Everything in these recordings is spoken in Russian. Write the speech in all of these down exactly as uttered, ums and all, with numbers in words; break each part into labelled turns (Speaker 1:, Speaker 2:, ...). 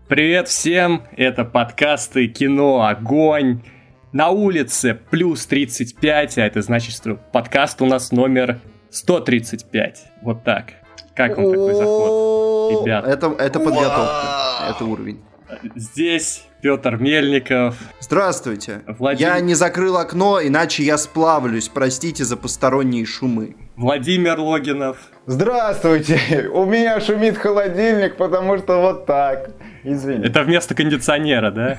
Speaker 1: Привет всем, это подкасты «Кино. Огонь». На улице плюс тридцать пять, а это значит, что подкаст у нас номер сто тридцать пять. Вот так. Как вам такой заход, ребят?
Speaker 2: Это, это подготовка, это уровень.
Speaker 1: Здесь Петр Мельников.
Speaker 2: Здравствуйте.
Speaker 1: Владим...
Speaker 2: Я не закрыл окно, иначе я сплавлюсь. Простите за посторонние шумы.
Speaker 1: Vladimir Loginov.
Speaker 3: Здравствуйте. У меня шумит холодильник, потому что вот так. Извини.
Speaker 1: Это вместо кондиционера, да?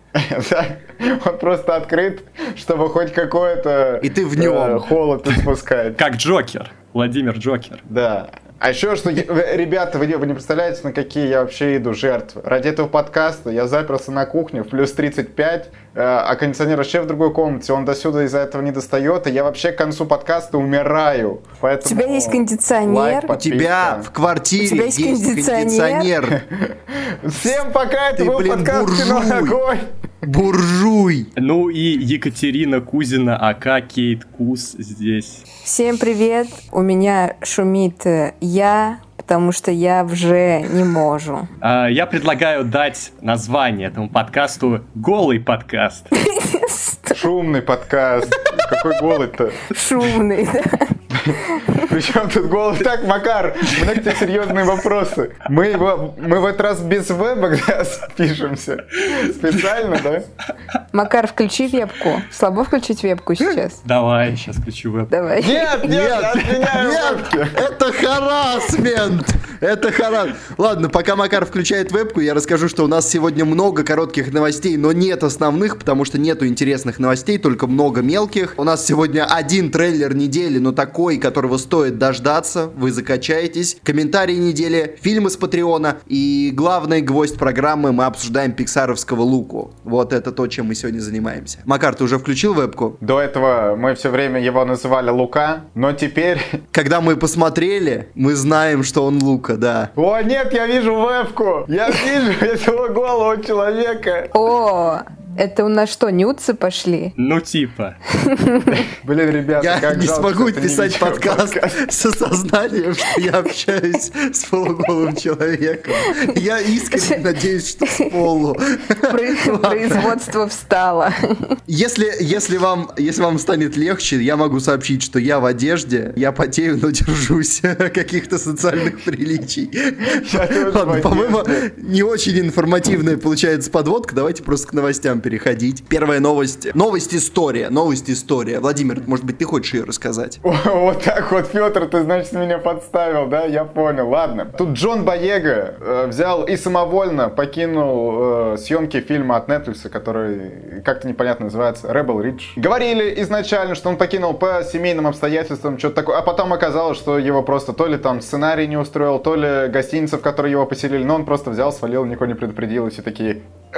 Speaker 3: Он просто открыт, чтобы хоть какой-то
Speaker 2: И ты в нем
Speaker 3: холод испускать.
Speaker 1: Как Джокер. Владимир Джокер.
Speaker 3: Да. А еще что, ребята, вы, вы не представляете, на какие я вообще иду жертвы. Ради этого подкаста я заперся на кухне в плюс тридцать пять, а кондиционер вообще в другой комнате, он до сюда из-за этого не достает, и я вообще к концу подкаста умираю. Поэтому...
Speaker 4: У тебя есть кондиционер?
Speaker 3: Лайк,
Speaker 2: У тебя в квартире
Speaker 4: У тебя есть
Speaker 2: есть
Speaker 4: кондиционер?
Speaker 2: кондиционер.
Speaker 3: Всем пока, это
Speaker 2: Ты,
Speaker 3: был
Speaker 2: блин,
Speaker 3: подкаст «Кино. Огонь».
Speaker 2: Буржуй.
Speaker 1: Ну и Екатерина Кузина, ака Кейт Куз здесь.
Speaker 4: Всем привет, у меня шумит э, я, потому что я уже не могу.
Speaker 1: А, я предлагаю дать название этому подкасту «Голый подкаст».
Speaker 3: Шумный подкаст. Какой голый-то?
Speaker 4: Шумный, да.
Speaker 3: Причем тут голос? Так, Макар, у меня к тебе серьезные вопросы. Мы, его, мы в этот раз без веба пишемся. Специально, да?
Speaker 4: Макар, включи вебку. Слабо включить вебку сейчас?
Speaker 1: Давай, сейчас включу веб.
Speaker 4: Давай.
Speaker 3: Нет, нет,
Speaker 2: Нет,
Speaker 3: отменяю
Speaker 2: нет,
Speaker 3: вебки.
Speaker 2: это харассмент. Это харасмент. Ладно, пока Макар включает вебку, я расскажу, что у нас сегодня много коротких новостей, но нет основных, потому что нету интересных новостей, только много мелких. У нас сегодня один трейлер недели, но такой, которого стоит дождаться. Вы закачаетесь. Комментарии недели, фильмы с Патреона и главный гвоздь программы мы обсуждаем пиксаровского Луку. Вот это то, чем мы сегодня занимаемся. Макар, ты уже включил вебку?
Speaker 3: До этого мы все время его называли Лука, но теперь...
Speaker 2: Когда мы посмотрели, мы знаем, что он Лука, да.
Speaker 3: О, нет, я вижу вебку! Я вижу этого голого человека!
Speaker 4: О, это у нас что, нюцы пошли?
Speaker 1: Ну типа.
Speaker 3: Блин, ребята,
Speaker 2: Я
Speaker 3: как
Speaker 2: не
Speaker 3: жалко,
Speaker 2: смогу
Speaker 3: что ты не
Speaker 2: писать
Speaker 3: видел
Speaker 2: подкаст с осознанием, что я общаюсь с полуголым человеком. Я искренне надеюсь, что с полу.
Speaker 4: Производство встало.
Speaker 2: Если, если, вам, если вам станет легче, я могу сообщить, что я в одежде, я потею, но держусь каких-то социальных приличий. Ладно, по-моему, не очень информативная получается подводка. Давайте просто к новостям переходить. Первая новость. Новость история. Новость история. Владимир, может быть, ты хочешь ее рассказать?
Speaker 3: Вот так вот, Петр, ты, значит, меня подставил, да? Я понял. Ладно. Тут Джон Боега э, взял и самовольно покинул э, съемки фильма от Netflix, который как-то непонятно называется Rebel Ridge. Говорили изначально, что он покинул по семейным обстоятельствам, что-то такое, а потом оказалось, что его просто то ли там сценарий не устроил, то ли гостиница, в которой его поселили, но он просто взял, свалил, никого не предупредил, и все такие...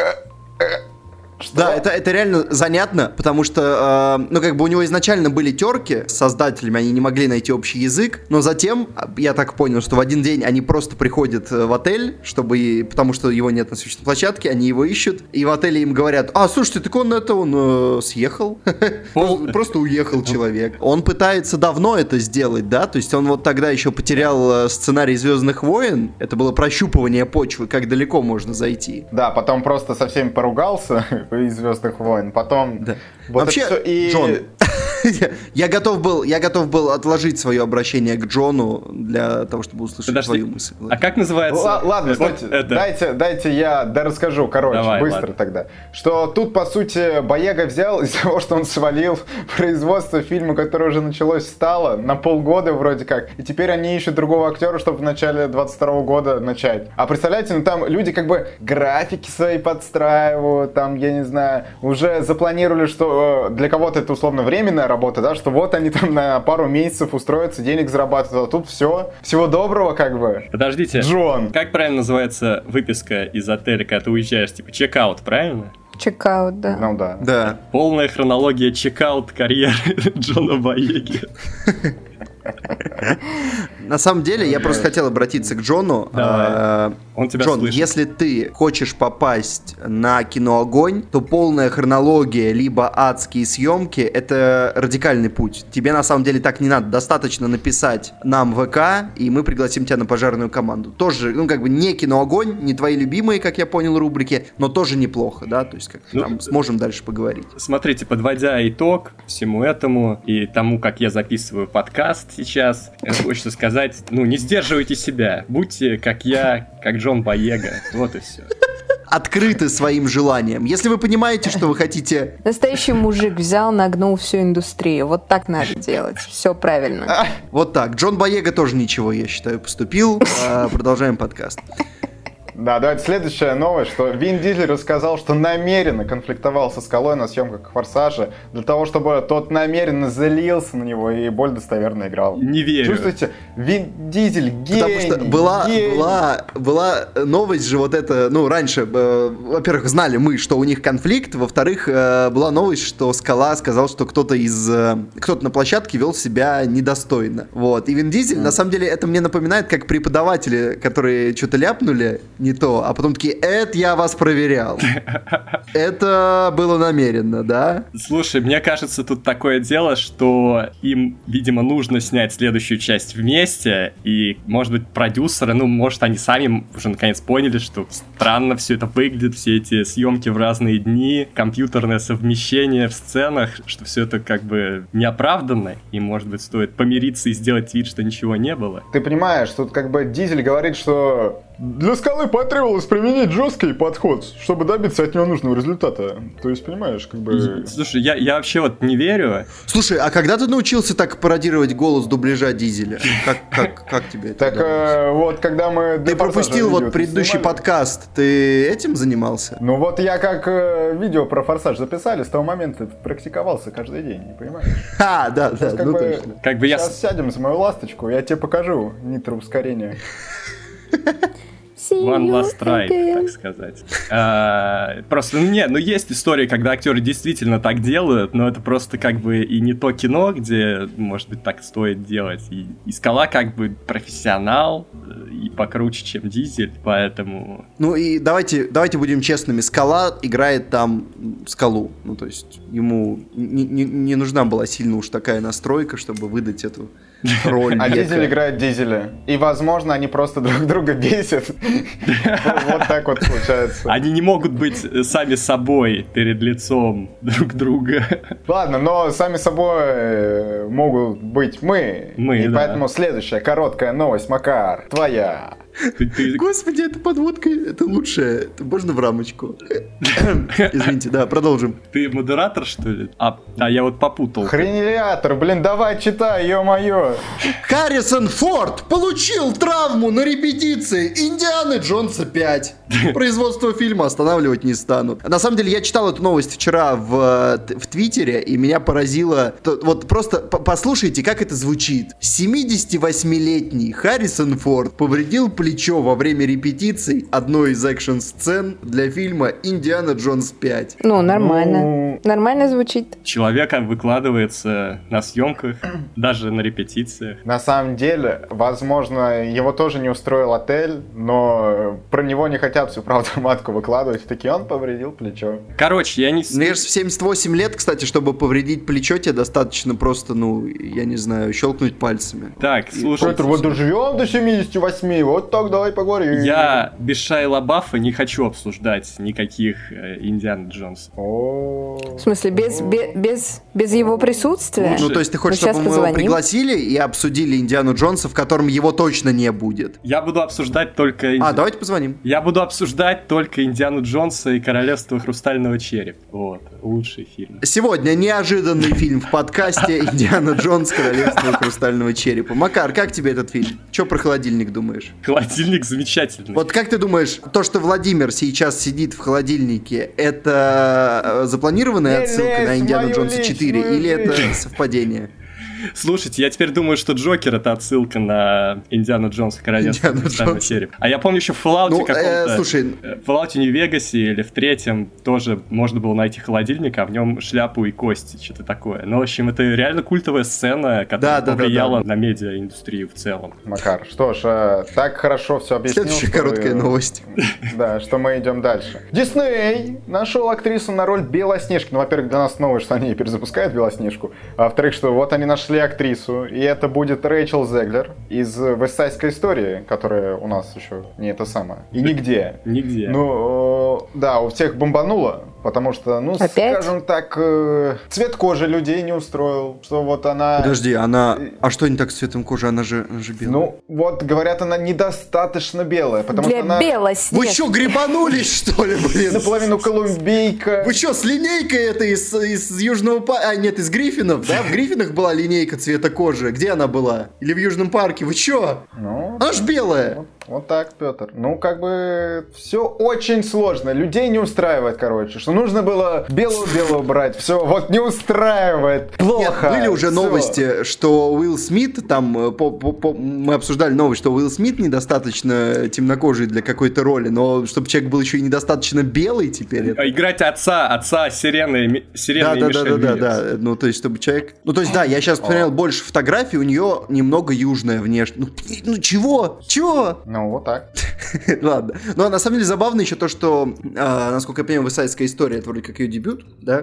Speaker 3: Что?
Speaker 2: Да, это, это реально занятно, потому что, э, ну, как бы у него изначально были терки с создателями, они не могли найти общий язык, но затем, я так понял, что в один день они просто приходят в отель, чтобы, потому что его нет на съемочной площадке, они его ищут, и в отеле им говорят: а, слушайте, так он это, он э, съехал, просто уехал человек. Он пытается давно это сделать, да, то есть он вот тогда еще потерял сценарий «Звездных войн», это было прощупывание почвы, как далеко можно зайти.
Speaker 3: Да, потом просто со всеми поругался из «Звездных войн», потом...
Speaker 2: Да.
Speaker 3: Вот
Speaker 2: вообще,
Speaker 3: и...
Speaker 2: Джон, я готов был, я готов был отложить свое обращение к Джону для того, чтобы услышать
Speaker 1: Подожди,
Speaker 2: твою мысль.
Speaker 1: а как называется?
Speaker 3: Л- ладно,
Speaker 1: Вот
Speaker 3: стойте,
Speaker 1: это.
Speaker 3: дайте, дайте я да расскажу, короче,
Speaker 1: Давай,
Speaker 3: быстро
Speaker 1: ладно.
Speaker 3: тогда. Что тут, по сути, Боега взял из-за того, что он свалил производство фильма, которое уже началось, стало на полгода вроде как, и теперь они ищут другого актера, чтобы в начале двадцать второго года начать. А представляете, ну там люди как бы графики свои подстраивают, там, я не знаю, уже запланировали, что э, для кого-то это условно временная работа, да, что вот они там на пару месяцев устроятся, денег зарабатывают, а тут все, всего доброго как бы.
Speaker 1: Подождите.
Speaker 3: Джон.
Speaker 1: Как правильно называется выписка из отеля, когда ты уезжаешь? Типа чекаут, правильно?
Speaker 4: Чекаут, да.
Speaker 3: Ну да.
Speaker 2: Да.
Speaker 1: Полная хронология чекаут карьеры Джона Боеги.
Speaker 2: На самом деле, я просто хотел обратиться к Джону.
Speaker 1: Давай. Он тебя
Speaker 2: Джон,
Speaker 1: слышит.
Speaker 2: если ты хочешь попасть на кино «Огонь», то полная хронология либо адские съемки — это радикальный путь. Тебе на самом деле так не надо. Достаточно написать нам в ВК, и мы пригласим тебя на пожарную команду. Тоже, ну, как бы не кино «Огонь», не твои любимые, как я понял, рубрики, но тоже неплохо, да? То есть, как
Speaker 1: Ну,
Speaker 2: там сможем дальше поговорить.
Speaker 1: Смотрите, подводя итог всему этому и тому, как я записываю подкаст сейчас, хочется сказать, ну, не сдерживайте себя. Будьте, как я, как Джон Боега. Вот и все.
Speaker 2: Открыты своим желанием. Если вы понимаете, что вы хотите...
Speaker 4: Настоящий мужик взял, нагнул всю индустрию. Вот так надо делать. Все правильно.
Speaker 2: Вот так. Джон Боега тоже ничего, я считаю, поступил. А, Продолжаем подкаст.
Speaker 3: Да, давайте следующая новость, что Вин Дизель рассказал, что намеренно конфликтовал со Скалой на съемках «Форсажа» для того, чтобы тот намеренно залился на него и более достоверно играл.
Speaker 1: Не верю.
Speaker 3: Чувствуете? Вин Дизель гений.
Speaker 2: Потому что была,
Speaker 3: гений.
Speaker 2: была, была новость же вот это, ну, раньше, э, во-первых, знали мы, что у них конфликт, во-вторых, э, была новость, что Скала сказал, что кто-то из, э, кто-то на площадке вел себя недостойно, вот, и Вин Дизель, mm. на самом деле, это мне напоминает, как преподаватели, которые что-то ляпнули не то, а потом такие, это я вас проверял. Это было намеренно, да?
Speaker 1: Слушай, мне кажется, тут такое дело, что им, видимо, нужно снять следующую часть вместе, и, может быть, продюсеры, ну, может, они сами уже наконец поняли, что странно все это выглядит, все эти съемки в разные дни, компьютерное совмещение в сценах, что все это как бы неоправданно, и, может быть, стоит помириться и сделать вид, что ничего не было.
Speaker 3: Ты понимаешь, тут как бы Дизель говорит, что для Скалы потребовалось применить жесткий подход, чтобы добиться от него нужного результата. То есть, понимаешь, как бы...
Speaker 1: Слушай, я, я вообще вот не верю.
Speaker 2: Слушай, а когда ты научился так пародировать голос дубляжа Дизеля? Как, как, как тебе это
Speaker 3: Так
Speaker 2: удалось?
Speaker 3: э, вот, когда мы...
Speaker 2: Ты пропустил вот предыдущий подкаст, ты этим занимался?
Speaker 3: Ну вот я как э, видео про «Форсаж» записали, с того момента практиковался каждый день, не понимаешь?
Speaker 2: А, да, да,
Speaker 3: Как
Speaker 2: ну
Speaker 3: бы,
Speaker 2: точно.
Speaker 1: Как бы я...
Speaker 3: Сейчас сядем за мою ласточку, я тебе покажу нитроускорение.
Speaker 1: One last try, так сказать. А, просто, ну, не, ну есть истории, когда актеры действительно так делают, но это просто как бы и не то кино, где, может быть, так стоит делать. И, и Скала как бы профессионал и покруче, чем Дизель, поэтому...
Speaker 2: Ну и давайте, давайте будем честными, Скала играет там Скалу, ну то есть ему не, не, не нужна была сильно уж такая настройка, чтобы выдать эту роль.
Speaker 3: А Дизель играет Дизеля. И, возможно, они просто друг друга бесят. Вот так вот получается.
Speaker 1: Они не могут быть сами собой перед лицом друг друга.
Speaker 3: Ладно, но сами собой могут быть мы.
Speaker 1: Мы,
Speaker 3: И
Speaker 1: да.
Speaker 3: поэтому следующая короткая новость, Макар, твоя.
Speaker 1: Ты- ты-
Speaker 2: Господи, это подводка, это лучшее. Это можно в рамочку. Извините, да, продолжим.
Speaker 1: Ты модератор, что ли? А, а я вот попутал.
Speaker 3: Хренелиатор, блин, давай читай, ё-моё.
Speaker 2: Харрисон Форд получил травму на репетиции Индианы Джонса пять. Производство фильма останавливать не стану. На самом деле, я читал эту новость вчера в, в Твиттере, и меня поразило... то- Вот просто п- послушайте, как это звучит. семидесятивосьмилетний Харрисон Форд повредил плечо во время репетиций одной из экшн-сцен для фильма «Индиана Джонс пять».
Speaker 4: Ну, нормально.
Speaker 3: Ну,
Speaker 4: Нормально звучит.
Speaker 1: Человек выкладывается на съемках, даже на репетициях.
Speaker 3: На самом деле, возможно, его тоже не устроил отель, но про него не хотят всю правду матку выкладывать. Такие, он повредил плечо.
Speaker 1: Короче, я не... с-
Speaker 2: Мне кажется, в семьдесят восемь лет, кстати, чтобы повредить плечо, тебе достаточно просто, ну, я не знаю, щелкнуть пальцами.
Speaker 1: Так, слушай,
Speaker 3: Петр, вот доживем до семидесяти восьми, вот так давай поговорим.
Speaker 1: я без Шайи Лабафа не хочу обсуждать никаких э, Индиана Джонс.
Speaker 3: О,
Speaker 4: В смысле, без, бе- без, без его присутствия?
Speaker 2: Ну, то есть ты хочешь,
Speaker 4: Мы
Speaker 2: чтобы
Speaker 4: щас
Speaker 2: мы его
Speaker 4: позвоним.
Speaker 2: пригласили и обсудили Индиану Джонса, в котором его точно не будет?
Speaker 1: Я буду обсуждать только... Инди-
Speaker 2: А, давайте позвоним.
Speaker 1: Я буду обсуждать только Индиану Джонса и Королевство Хрустального Черепа. Вот, лучший фильм.
Speaker 2: Сегодня неожиданный фильм в подкасте «Индиана Джонс. Королевство Хрустального Черепа». Макар, как тебе этот фильм? Че про холодильник думаешь?
Speaker 1: Холодильник замечательный.
Speaker 2: Вот как ты думаешь, то, что Владимир сейчас сидит в холодильнике, это э, запланированная
Speaker 3: Не
Speaker 2: отсылка
Speaker 3: лезь
Speaker 2: на
Speaker 3: в
Speaker 2: «Индиану
Speaker 3: мою
Speaker 2: Джонса
Speaker 3: личную
Speaker 2: четыре» или это
Speaker 3: жизнь.
Speaker 2: совпадение?
Speaker 1: Слушайте, я теперь думаю, что Джокер — это отсылка на Индиану Джонса, Королевство Хрустального черепа. А я помню еще в Fallout
Speaker 2: Ну,
Speaker 1: каком-то...
Speaker 2: э, слушай,
Speaker 1: В Fallout Нью-Вегасе или в третьем тоже можно было найти холодильник, а в нем шляпу и кости, что-то такое. Ну, в общем, это реально культовая сцена, которая
Speaker 2: Да, да, да,
Speaker 1: повлияла
Speaker 2: да.
Speaker 1: на медиаиндустрию в целом.
Speaker 3: Макар, что ж, э, так хорошо все объяснил.
Speaker 2: Следующая
Speaker 3: что
Speaker 2: короткая
Speaker 3: вы-
Speaker 2: новость.
Speaker 3: Да, что мы идем дальше. Дисней нашел актрису на роль Белоснежки. Ну, во-первых, для нас новость, что они перезапускают Белоснежку. А во-вторых, что вот они нашли актрису, и это будет Рэйчел Зеглер из «Вестсайдской истории», которая у нас еще не это самое. И нигде.
Speaker 1: Нигде.
Speaker 3: Ну, э, да, у всех бомбануло, потому что, ну,
Speaker 4: Опять?
Speaker 3: скажем так, э, цвет кожи людей не устроил, что вот она...
Speaker 2: Подожди, она... А что не так с цветом кожи? Она же, она же белая.
Speaker 3: Ну, вот, говорят, она недостаточно белая, потому
Speaker 4: Для
Speaker 3: что она
Speaker 4: Белоснежки.
Speaker 2: Вы что, грибанулись, что ли, блин?
Speaker 3: наполовину колумбийка.
Speaker 2: Вы что, с линейкой это из, из Южного парка? А, нет, из Гриффинов, да? В Гриффинах была линейка цвета кожи. Где она была? Или в Южном парке? Вы что?
Speaker 3: Ну,
Speaker 2: Она ж белая.
Speaker 3: вот, вот так, Петр. Ну, как бы, все очень сложно. Людей не устраивает, короче. Что нужно было белую-белую брать. Все, вот не устраивает. Плохо.
Speaker 2: Нет, были уже
Speaker 3: Всё.
Speaker 2: новости, что Уилл Смит, там, э, по- по- по- мы обсуждали новость, что Уилл Смит недостаточно темнокожий для какой-то роли, но чтобы человек был еще и недостаточно белый теперь. это-
Speaker 1: А играть отца, отца Сирены, Ми- Сирены
Speaker 2: Да,
Speaker 1: и
Speaker 2: да, да,
Speaker 1: Мишель
Speaker 2: да, да,
Speaker 1: Вильямс.
Speaker 2: да. Ну, то есть, чтобы человек... Ну, то есть, да, я сейчас посмотрел больше фотографий, у нее немного южная внешность. Ну, ну, чего? Чего?
Speaker 3: Ну, вот так.
Speaker 2: Ладно. Ну, а на самом деле забавно еще то, что, а, насколько я понимаю, «Вестсайдская история» — это вроде как ее дебют, да?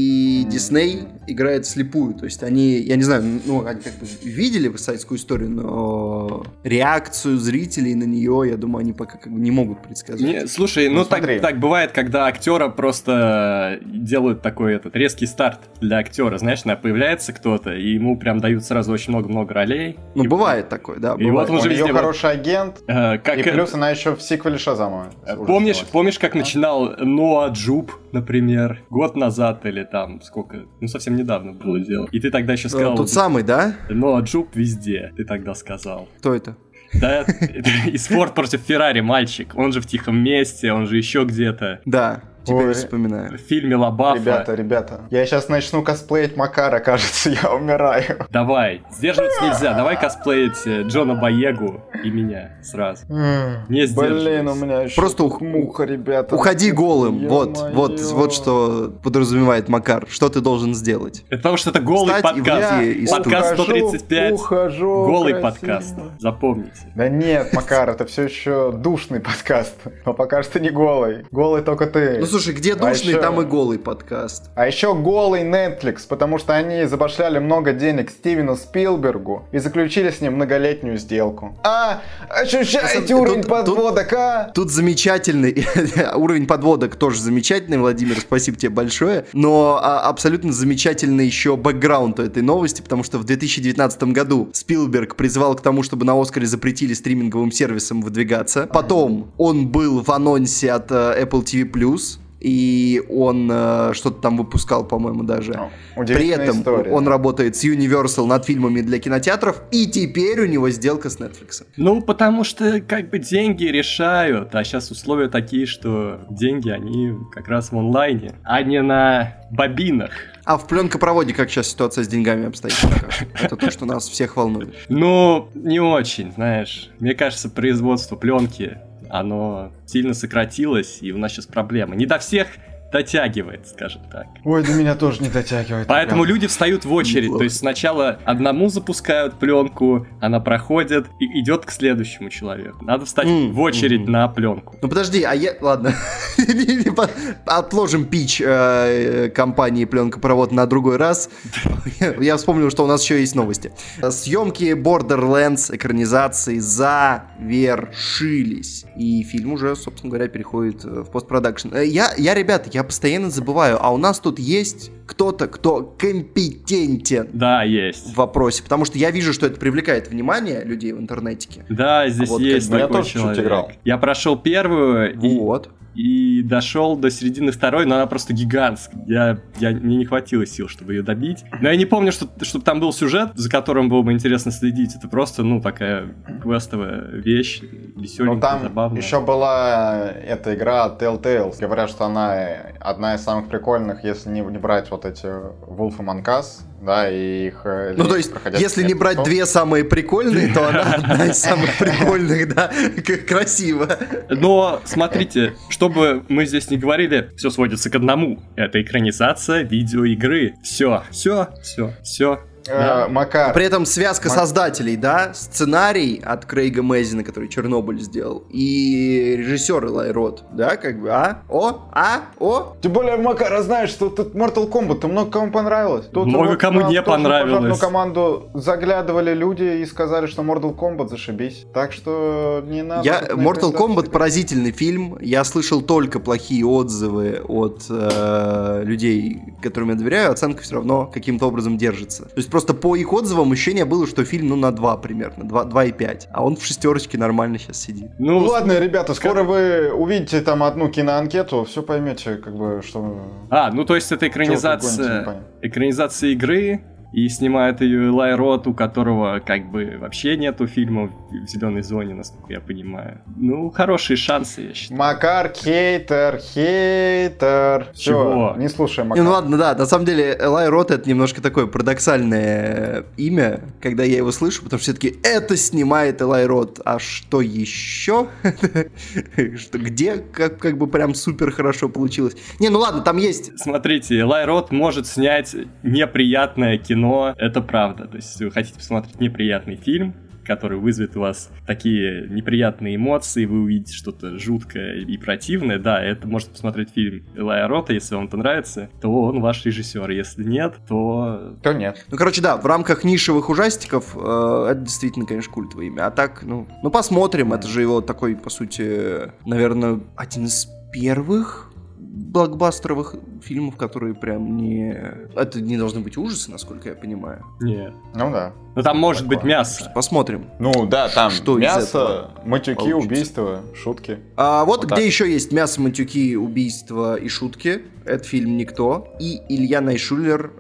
Speaker 2: И Дисней играет вслепую. То есть они, я не знаю, ну, они как бы видели «Вестсайдскую историю», но реакцию зрителей на нее, я думаю, они пока как бы не могут предсказать.
Speaker 1: Не, слушай, ну,
Speaker 3: Ну,
Speaker 1: так,
Speaker 3: смотри.
Speaker 1: так бывает, когда актера просто делают такой этот резкий старт для актера. Знаешь, на- появляется кто-то, и ему прям дают сразу очень много-много ролей.
Speaker 2: Ну,
Speaker 1: И-
Speaker 2: бывает такое, да,
Speaker 1: И
Speaker 2: бывает.
Speaker 1: вот он
Speaker 3: У
Speaker 1: же
Speaker 3: нее
Speaker 1: везде...
Speaker 3: хороший агент.
Speaker 1: э, как,
Speaker 3: И
Speaker 1: э,
Speaker 3: плюс она еще в сиквеле Шазама.
Speaker 1: Помнишь, помнишь, как начинал Ноа Джуб, например, год назад или там сколько, ну совсем недавно было дело. И ты тогда еще
Speaker 2: Э,
Speaker 1: сказал,
Speaker 2: Тот самый, да?
Speaker 1: Ноа Джуб везде, ты тогда сказал.
Speaker 2: Кто это?
Speaker 1: Да, это из Форд против Феррари мальчик, он же в Тихом месте, он же еще где-то.
Speaker 2: Да, теперь
Speaker 3: Ой.
Speaker 2: вспоминаю.
Speaker 1: В фильме Лабафа.
Speaker 3: Ребята, ребята, я сейчас начну косплеить Макара, кажется, я умираю.
Speaker 1: Давай, сдерживаться нельзя, давай косплеить э, Джона Боегу и меня сразу. Не
Speaker 3: Блин,
Speaker 1: сдерживайся.
Speaker 3: у меня еще
Speaker 2: Просто ух-
Speaker 3: муха, ребята.
Speaker 2: Уходи голым, вот,
Speaker 3: Ё-моё.
Speaker 2: вот, вот что подразумевает Макар. Что ты должен сделать?
Speaker 1: Это потому что это голый
Speaker 2: Встать и
Speaker 1: подкаст.
Speaker 2: выйти из
Speaker 1: Подкаст
Speaker 3: Ухожу,
Speaker 1: сто тридцать пять.
Speaker 3: ухожу
Speaker 1: Голый
Speaker 3: красиво.
Speaker 1: подкаст. Запомните.
Speaker 3: Да нет, Макар, это все еще душный подкаст. Но пока что не голый. Голый только ты.
Speaker 2: Ну слушай, где
Speaker 3: А
Speaker 2: душный,
Speaker 3: еще-
Speaker 2: там и голый подкаст.
Speaker 3: А еще голый Netflix, потому что они забашляли много денег Стивену Спилбергу и заключили с ним многолетнюю сделку. А, ощущаете
Speaker 2: Тут-
Speaker 3: уровень
Speaker 2: тут-
Speaker 3: подводок, а?
Speaker 2: Тут замечательный уровень подводок тоже замечательный, Владимир, спасибо тебе большое. Но а, абсолютно замечательный еще бэкграунд у этой новости, потому что в две тысячи девятнадцатом году Спилберг призвал к тому, чтобы на Оскаре запретили стриминговым сервисам выдвигаться. Потом он был в анонсе от э, Apple ти ви плюс. И он э, что-то там выпускал, по-моему, даже.
Speaker 3: Ну,
Speaker 2: При
Speaker 3: удивительная
Speaker 2: этом
Speaker 3: история.
Speaker 2: он работает с Universal над фильмами для кинотеатров, и теперь у него сделка с Netflix.
Speaker 1: Ну, потому что как бы деньги решают, а сейчас условия такие, что деньги, они как раз в онлайне, а не на бобинах.
Speaker 2: А в пленкопроводе как сейчас ситуация с деньгами обстоит? Пока? Это то, что нас всех волнует.
Speaker 1: Ну, не очень, знаешь. Мне кажется, производство пленки, оно сильно сократилось, и у нас сейчас проблемы. Не до всех дотягивает, скажем так.
Speaker 3: Ой, до меня тоже не дотягивает.
Speaker 1: Поэтому
Speaker 3: ребят.
Speaker 1: люди встают в очередь.
Speaker 2: Неплохо.
Speaker 1: То есть сначала одному запускают пленку, она проходит и идет к следующему человеку. Надо встать
Speaker 2: М,
Speaker 1: в очередь
Speaker 2: м.
Speaker 1: на пленку.
Speaker 2: Ну подожди, а я... Ладно. Отложим пич э, компании «Пленкопровод» на другой раз. Я вспомнил, что у нас еще есть новости. Съемки Borderlands экранизации завершились. И фильм уже, собственно говоря, переходит в постпродакшн. Э, Я, я, ребята, я постоянно забываю, а у нас тут есть кто-то, кто компетентен
Speaker 1: Да, есть.
Speaker 2: в вопросе, потому что я вижу, что это привлекает внимание людей в интернетике.
Speaker 1: Да, здесь
Speaker 2: А вот
Speaker 1: есть
Speaker 3: как бы я
Speaker 1: такой
Speaker 3: тоже чуть
Speaker 1: человек.
Speaker 3: играл.
Speaker 1: Я прошел первую и,
Speaker 2: Вот.
Speaker 1: и дошел до середины второй, но она просто гигантская. Я, я, мне не хватило сил, чтобы ее добить. Но я не помню, что, чтобы там был сюжет, за которым было бы интересно следить. Это просто, ну, такая квестовая вещь, веселенькая,
Speaker 3: Ну там
Speaker 1: забавная.
Speaker 3: еще была эта игра Telltale. Говорят, что она одна из самых прикольных, если не, не брать вот эти Wolf Among Us да, и их...
Speaker 2: Ну, то есть, если не брать две самые прикольные, то она одна из самых прикольных, да, красиво.
Speaker 1: Но, смотрите, чтобы мы здесь не говорили, все сводится к одному. Это экранизация видеоигры. Все, все, все, все.
Speaker 3: Да. Макар.
Speaker 2: При этом связка Мак... создателей, да, сценарий от Крейга Мэзина, который Чернобыль сделал, и режиссер Элай Рот, да, как бы, а, о, а, о.
Speaker 3: Тем более, Макар, знаешь, что тут Mortal Kombat, много кому понравилось. Тут
Speaker 1: много вот кому не понравилось.
Speaker 3: В команду заглядывали люди и сказали, что Mortal Kombat зашибись. Так что не надо...
Speaker 2: Я... Mortal Kombat поразительный фильм. Я слышал только плохие отзывы от э, людей, которым я доверяю. Оценка все равно каким-то образом держится. То есть просто по их отзывам ощущение было, что фильм, ну, на два примерно, два и пять. А он в шестерочке нормально сейчас сидит.
Speaker 3: Ну, ладно, ребята, скоро вы увидите там одну киноанкету, все поймете, как бы, что...
Speaker 1: А, ну, то есть это экранизация, экранизация игры, и снимает ее Элай Рот, у которого, как бы, вообще нету фильмов в «Зеленой зоне», насколько я понимаю. Ну, хорошие шансы, я считаю.
Speaker 3: Макар, хейтер, хейтер.
Speaker 1: Чего?
Speaker 3: Все, не слушай, Макар.
Speaker 2: Ну ладно, да, на самом деле Элай Рот — это немножко такое парадоксальное имя, когда я его слышу, потому что все-таки это снимает Элай Рот, а что еще? Что где как, как бы прям супер хорошо получилось? Не, ну ладно, там есть...
Speaker 1: Смотрите, Элай Рот может снять неприятное кино, но это правда. То есть, если вы хотите посмотреть неприятный фильм, который вызовет у вас такие неприятные эмоции, вы увидите что-то жуткое и противное, да, это может посмотреть фильм Элая Рота, если вам это нравится, то он ваш режиссер. Если нет, то...
Speaker 3: То нет.
Speaker 2: Ну, короче, да, в рамках нишевых ужастиков э, это действительно, конечно, культовое имя. А так, ну, ну, посмотрим. Это же его такой, по сути, наверное, один из первых блокбастеровых фильмов, которые прям не... Это не должны быть ужасы, насколько я понимаю.
Speaker 1: Нет.
Speaker 3: Ну да.
Speaker 1: Ну там может Такое. быть мясо.
Speaker 2: Посмотрим.
Speaker 3: Ну да, там
Speaker 2: что
Speaker 3: мясо, матюки, получится. Убийства, шутки.
Speaker 2: А вот,
Speaker 3: вот
Speaker 2: где
Speaker 3: так.
Speaker 2: еще есть мясо, матюки, убийства и шутки. Это фильм «Никто». И Илья Найшулер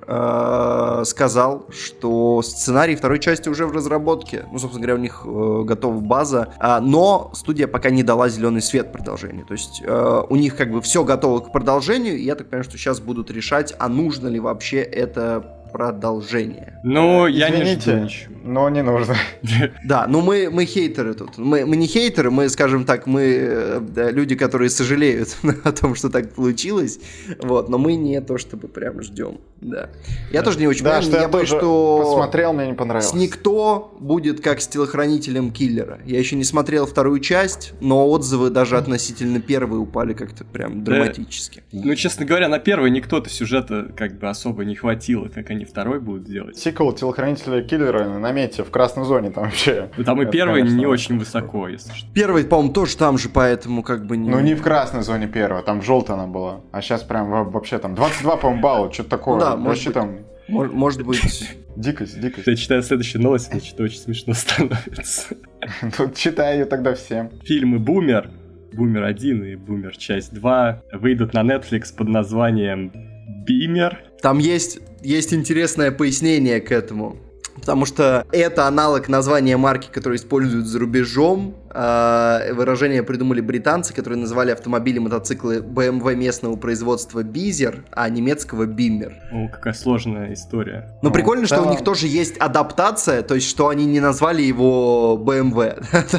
Speaker 2: э, сказал, что сценарий второй части уже в разработке. Ну, собственно говоря, у них э, готова база. А, но студия пока не дала зеленый свет продолжению. То есть э, у них как бы все готово к продолжению. И я так понимаю, что сейчас будут решать, а нужно ли вообще это продолжение.
Speaker 1: Ну,
Speaker 3: Извините,
Speaker 1: я не жду ничего.
Speaker 3: Но не нужно.
Speaker 2: Да, ну мы, мы хейтеры тут. Мы, мы не хейтеры, мы, скажем так, мы да, люди, которые сожалеют о том, что так получилось. Вот, но мы не то, чтобы прям ждем. Да. Я да. тоже не очень
Speaker 3: да,
Speaker 2: понимаю.
Speaker 3: Что я, я
Speaker 2: боюсь,
Speaker 3: тоже
Speaker 2: что
Speaker 3: посмотрел, мне не понравилось.
Speaker 2: Никто будет как с телохранителем киллера. Я еще не смотрел вторую часть, но отзывы даже относительно первой упали как-то прям
Speaker 1: да.
Speaker 2: драматически.
Speaker 1: Ну, честно говоря, на первой никто-то сюжета как бы особо не хватило, как они второй будут делать.
Speaker 3: Сиквел телохранителя киллера на мете в красной зоне там вообще.
Speaker 1: Ну, там и это, первый конечно, не очень высоко, если что.
Speaker 2: Первый, по-моему, тоже там же, поэтому как бы не...
Speaker 3: Ну, не в красной зоне первого, там желтая она была. А сейчас прям вообще там двадцать два, по-моему, балла, что-то такое.
Speaker 2: Да,
Speaker 3: вообще там...
Speaker 2: Может, может быть...
Speaker 3: Дикость, дикость.
Speaker 1: Я читаю следующую новость, мне что-то очень смешно становится.
Speaker 3: Тут читай ее тогда всем.
Speaker 1: Фильмы «Бумер», «Бумер один» и «Бумер. Часть два» выйдут на Netflix под названием «Бимер».
Speaker 2: Там есть, есть интересное пояснение к этому. Потому что это аналог названия марки, которую используют за рубежом. Выражение придумали британцы, которые называли автомобили и мотоциклы бэ эм вэ местного производства Бизер, а немецкого Биммер.
Speaker 1: О, какая сложная история.
Speaker 2: Но прикольно, что у них тоже есть адаптация, то есть, что они не назвали его бэ эм вэ.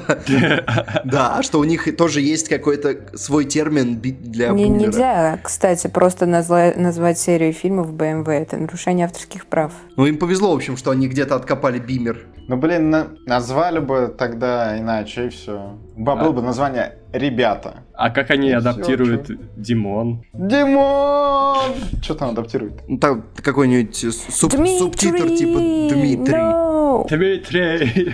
Speaker 2: Да, что у них тоже есть какой-то свой термин для
Speaker 4: Мне
Speaker 2: Бумера.
Speaker 4: нельзя, кстати, просто назвать серию фильмов бэ эм вэ. Это нарушение авторских прав.
Speaker 2: Ну, им повезло, в общем, что они где-то откопали Бимер.
Speaker 3: Ну, блин, на- назвали бы тогда иначе, и все. Было а. бы название «Ребята».
Speaker 1: А как они
Speaker 3: и
Speaker 1: адаптируют
Speaker 3: все,
Speaker 1: Димон?
Speaker 3: Димон! Что там адаптируют?
Speaker 2: Ну, там какой-нибудь суб- субтитр типа «Дмитрий».
Speaker 4: No.
Speaker 1: Дмитрий!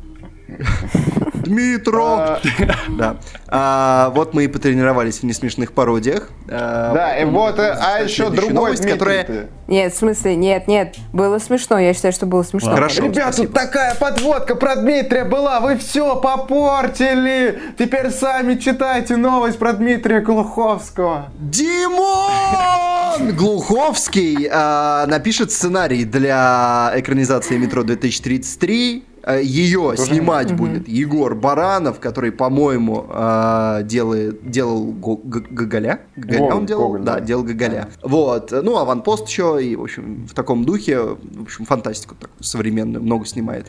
Speaker 2: Дмитро! Да. А, вот мы и потренировались в несмешных пародиях. А,
Speaker 3: да, и вот, а еще другой
Speaker 2: новость, которая...
Speaker 4: Нет, в смысле, нет, нет, было смешно, я считаю, что было смешно.
Speaker 2: Хорошо.
Speaker 3: Ребят, тут такая подводка про Дмитрия была, вы все попортили! Теперь сами читайте новость про Дмитрия Глуховского.
Speaker 2: Димон! Глуховский а, напишет сценарий для экранизации «Метро две тысячи тридцать три». Ее снимать угу. будет Егор Баранов, который, по-моему, делает, делал Гоголя. Гоголя он делал? Гоголь, да, да, делал Гоголя. А. Вот. Ну, «Аванпост» еще, и, в общем, в таком духе, в общем, фантастику такую современную много снимает.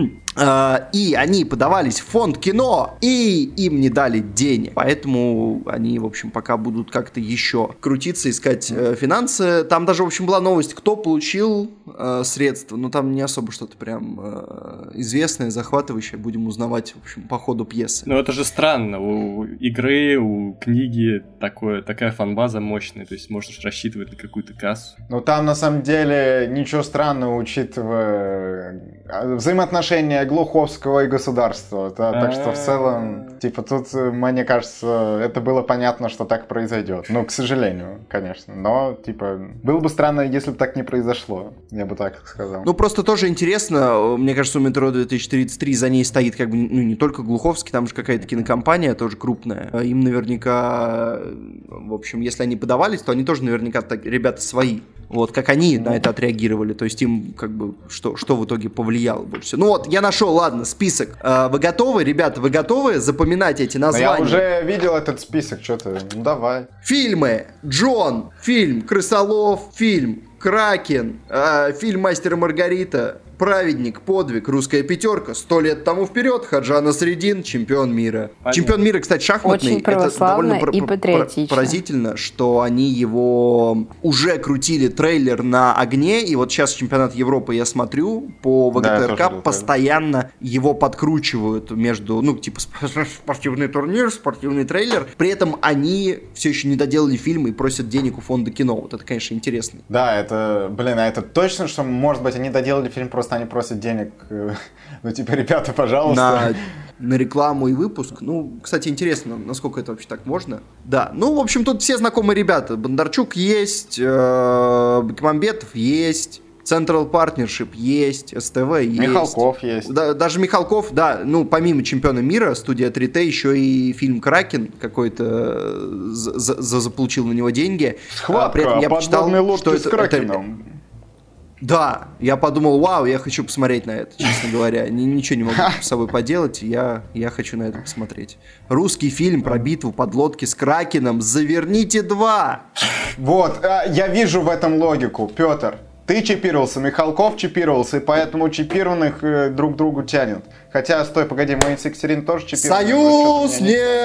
Speaker 2: И они подавались в фонд кино, и им не дали денег. Поэтому они, в общем, пока будут как-то еще крутиться, искать финансы. Там даже, в общем, была новость, кто получил средства. Но там не особо что-то прям известное, захватывающее. Будем узнавать, в общем, по ходу пьесы.
Speaker 1: Ну, это же странно. У игры, у книги такое, такая фан-база мощная. То есть можешь рассчитывать на какую-то кассу.
Speaker 3: Ну, там, на самом деле, ничего странного, учитывая взаимоотношения Глуховского и государства. Да? Так что, в целом, типа, тут, мне кажется, это было понятно, что так произойдет. Ну, к сожалению, конечно. Но, типа, было бы странно, если бы так не произошло. Я бы так сказал.
Speaker 2: Ну, просто тоже интересно. Мне кажется, у «Метро две тысячи тридцать три» за ней стоит, как бы, ну, не только Глуховский, там же какая-то кинокомпания тоже крупная. Им наверняка, в общем, если они подавались, то они тоже наверняка так, ребята свои. Вот, как они на это отреагировали. То есть им, как бы, что, что в итоге повлияло больше всего. Ну вот, я нашел, ладно, список. А, вы готовы, ребята, вы готовы запоминать эти названия?
Speaker 3: Я уже видел этот список, что-то, ну давай.
Speaker 2: Фильмы. Джон, фильм Крысолов, фильм Кракен, э, фильм «Мастер и Маргарита», «Праведник», «Подвиг», «Русская пятерка», «Сто лет тому вперед», «Хаджа Насреддин», «Чемпион мира». Понятно. Чемпион мира, кстати, шахматный.
Speaker 4: Очень православно
Speaker 2: это довольно
Speaker 4: и патриотично.
Speaker 2: Поразительно, что они его уже крутили трейлер на огне, и вот сейчас чемпионат Европы я смотрю, по ВГТРК да, постоянно его подкручивают между, ну, типа спортивный турнир, спортивный трейлер. При этом они все еще не доделали фильм и просят денег у фонда кино. Вот это, конечно, интересно.
Speaker 3: Да, это, блин, а это точно, что, может быть, они доделали фильм, просто они просят денег, ну, типа, ребята, пожалуйста.
Speaker 2: На, на рекламу и выпуск. Ну, кстати, интересно, насколько это вообще так можно. Да, ну, в общем, тут все знакомые ребята. Бондарчук есть, э, Бекмамбетов есть, Central Partnership есть, СТВ есть.
Speaker 3: Михалков есть.
Speaker 2: Да, даже Михалков, да, ну, помимо «Чемпиона мира», студия три тэ, еще и фильм «Кракен» какой-то за, за, за, заполучил на него деньги.
Speaker 3: Схватка, при этом я подводной лодки с Кракеном. Это...
Speaker 2: Да, я подумал, вау, я хочу посмотреть на это, честно говоря. Ничего не могу с собой поделать, я, я хочу на это посмотреть. Русский фильм про битву подлодки с Кракеном «Заверните два».
Speaker 3: Вот, я вижу в этом логику, Петр. Ты чипировался, Михалков чипировался, и поэтому чипированных э, друг другу тянет. Хотя, стой, погоди, мой инсектерин тоже чипирован.
Speaker 2: Союз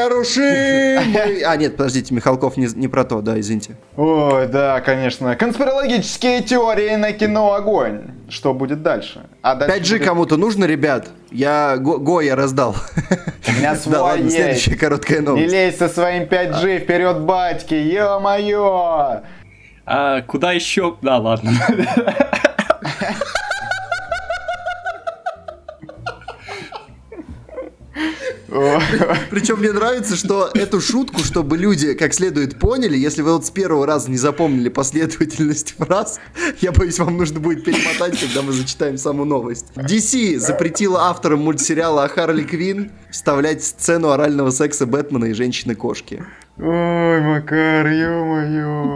Speaker 2: нерушимый! А, нет, подождите, Михалков не, не про то, да, извините.
Speaker 3: Ой, да, конечно. Конспирологические теории на кино «Огонь». Что будет дальше? А дальше
Speaker 2: пять джи
Speaker 3: будет...
Speaker 2: кому-то нужно, ребят? Я Го, Го я раздал.
Speaker 3: У меня свой
Speaker 2: да, ладно, следующая короткая новость.
Speaker 3: Не лезь со своим пять джи вперед, батьки, ё-моё!
Speaker 1: А куда еще? Да, ладно.
Speaker 2: Причем мне нравится, что эту шутку, чтобы люди как следует поняли, если вы вот с первого раза не запомнили последовательность фраз, я боюсь, вам нужно будет перемотать, когда мы зачитаем саму новость. ди си запретила авторам мультсериала о Харли Квинн вставлять сцену орального секса Бэтмена и женщины-кошки.
Speaker 3: Ой, Макар, ё-моё.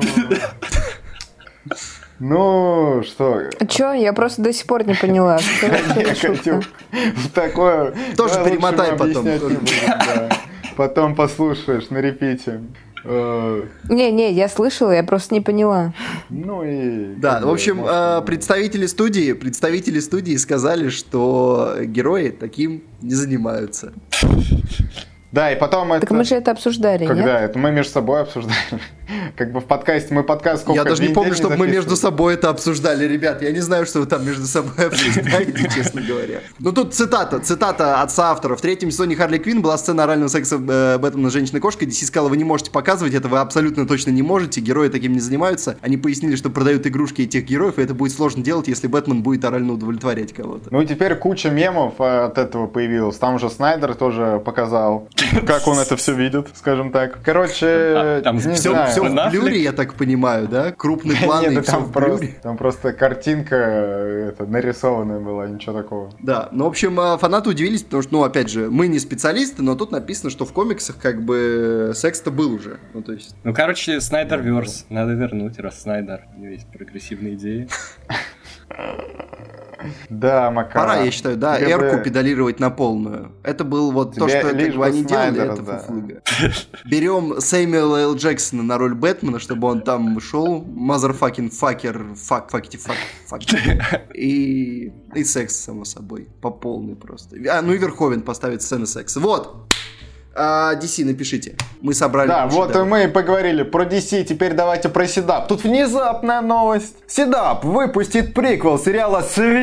Speaker 3: Ну, что?
Speaker 4: А чё? Я просто до сих пор не поняла.
Speaker 3: Я хочу такое...
Speaker 2: Тоже перемотай потом.
Speaker 3: Потом послушаешь на репите.
Speaker 4: Не-не, я слышала, я просто не поняла.
Speaker 3: Ну и...
Speaker 2: Да, в общем, представители студии, представители студии сказали, что герои таким не занимаются.
Speaker 3: Да, и потом
Speaker 4: так
Speaker 3: это...
Speaker 4: мы же это обсуждали,
Speaker 3: Когда
Speaker 4: нет?
Speaker 3: это? Мы между собой обсуждали. Как бы в подкасте, мы подкаст сколько...
Speaker 2: Я даже не помню, чтобы мы между собой это обсуждали, ребят. Я не знаю, что вы там между собой обсуждаете, честно говоря. Ну тут цитата, цитата от соавтора. В третьем сезоне Харли Квинн была сцена орального секса Бэтмена с женщиной-кошкой. ди си сказала, вы не можете показывать это, вы абсолютно точно не можете. Герои таким не занимаются. Они пояснили, что продают игрушки этих героев, и это будет сложно делать, если Бэтмен будет орально удовлетворять кого-то.
Speaker 3: Ну и теперь куча мемов от этого появилась. Там уже Снайдер тоже показал, как он это все видит, скажем так. Короче,
Speaker 1: там
Speaker 3: не
Speaker 2: все,
Speaker 3: знаю.
Speaker 2: все в блюре, я так понимаю, да? Крупный план и все в блюре.
Speaker 3: Там просто картинка это, нарисованная была, ничего такого.
Speaker 2: Да, ну, в общем, фанаты удивились, потому что, ну, опять же, мы не специалисты, но тут написано, что в комиксах как бы секс-то был уже. Ну, то есть...
Speaker 1: Ну, короче, Снайдерверс надо вернуть, раз Снайдер, у него есть прогрессивные идеи.
Speaker 3: Да, Макар.
Speaker 2: Пора, я считаю, да,
Speaker 3: Тебе
Speaker 2: эрку
Speaker 3: бы-
Speaker 2: педалировать на полную. Это был вот то,
Speaker 3: Тебе
Speaker 2: что
Speaker 3: лишь
Speaker 2: как бы
Speaker 3: бы
Speaker 2: они делали,
Speaker 3: Снайдера,
Speaker 2: это
Speaker 3: да.
Speaker 2: фуфлыга. Берем Сэмюэла Л. Джексона на роль Бэтмена, чтобы он там шел, motherfucking fucker, fuck, fuckity, fuck, fuck. И, и секс, само собой, по полной просто. А, ну и Верховен поставит сцены секса. Вот. А, ди си, напишите. Мы собрали...
Speaker 3: Да,
Speaker 2: кучу,
Speaker 3: вот
Speaker 2: да.
Speaker 3: мы поговорили про ди си, теперь давайте про Седап. Тут внезапная новость. Седап выпустит приквел сериала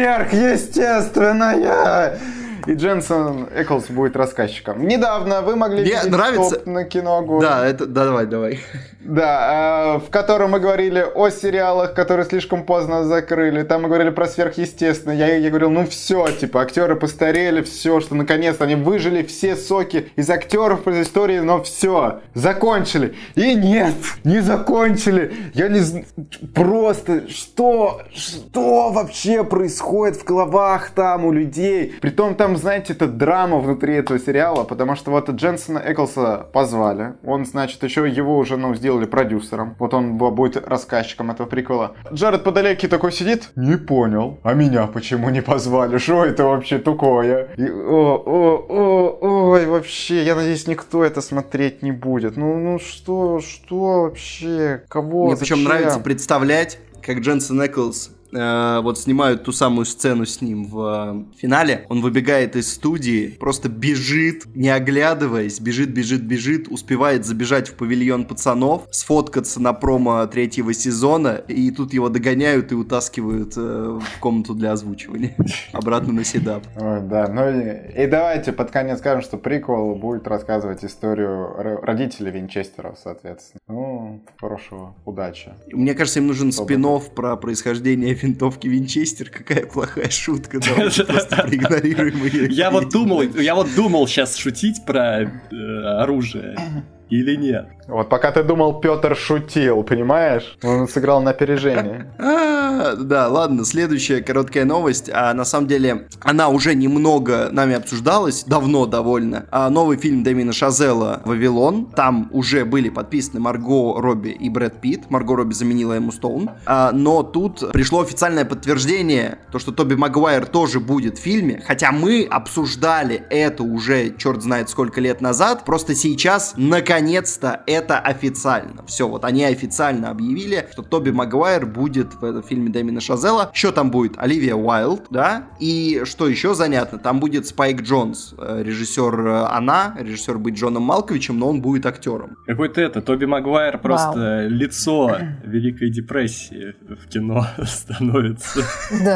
Speaker 3: «Сверхъестественное». И Дженсен Эклс будет рассказчиком. Недавно вы могли
Speaker 2: Мне
Speaker 3: видеть
Speaker 2: нравится-
Speaker 3: топ на Киноогон.
Speaker 2: Да, это... Да, давай, давай.
Speaker 3: Да, э, в котором мы говорили о сериалах, которые слишком поздно закрыли. Там мы говорили про сверхъестественное. Я, я говорил, ну все, типа, актеры постарели, все, что наконец-то они выжили все соки из актеров из истории, но все, закончили. И нет, не закончили. Я не знаю, просто, что, что вообще происходит в головах там у людей? Притом там, знаете, это драма внутри этого сериала, потому что вот Дженсена Эклса позвали. Он, значит, еще его уже, ну, сделали продюсером. Вот он будет рассказчиком этого прикола. Джаред Падалеки такой сидит. Не понял. А меня почему не позвали? Что это вообще такое? И, о, о, о, ой, вообще, я надеюсь, никто это смотреть не будет. Ну, ну что, что вообще? Кого?
Speaker 2: Мне причем
Speaker 3: Зачем?
Speaker 2: нравится представлять, как Дженсен Эклс э, вот снимают ту самую сцену с ним в э, финале. Он выбегает из студии, просто бежит, не оглядываясь, бежит, бежит, бежит, успевает забежать в павильон пацанов, сфоткаться на промо третьего сезона, и тут его догоняют и утаскивают э, в комнату для озвучивания. Обратно на седап.
Speaker 3: Ой, да, ну и, и давайте под конец скажем, что приквел будет рассказывать историю р- родителей Винчестеров, соответственно. Ну, хорошего, удачи.
Speaker 2: Мне кажется, им нужен
Speaker 3: Что бы
Speaker 2: спин-офф про происхождение винтовки Винчестер. Какая плохая шутка. Давайте просто проигнорируем ее.
Speaker 1: Я вот думал, я вот думал сейчас шутить про э, оружие или нет.
Speaker 3: Вот пока ты думал, Петр шутил, понимаешь? Он сыграл на опережение.
Speaker 2: А, Да, ладно, следующая короткая новость. А на самом деле, она уже немного нами обсуждалась, давно довольно. А новый фильм Дэмиена Шазела «Вавилон». Там уже были подписаны Марго Робби и Брэд Питт. Марго Робби заменила Эмму Стоун. А, но тут пришло официальное подтверждение, то, что Тоби Магуайр тоже будет в фильме. Хотя мы обсуждали это уже черт знает сколько лет назад. Просто сейчас, наконец-то, это официально. Все, вот они официально объявили, что Тоби Магуайр будет в этом фильме Дэмиена Шазела. Еще там будет Оливия Уайлд, да? И что еще занятно, там будет Спайк Джонс, э, режиссер э, «Она», режиссер быть Джоном Малковичем, но он будет актером.
Speaker 1: Какой-то это, Тоби Магуайр просто лицо Великой депрессии в кино становится.
Speaker 4: Да.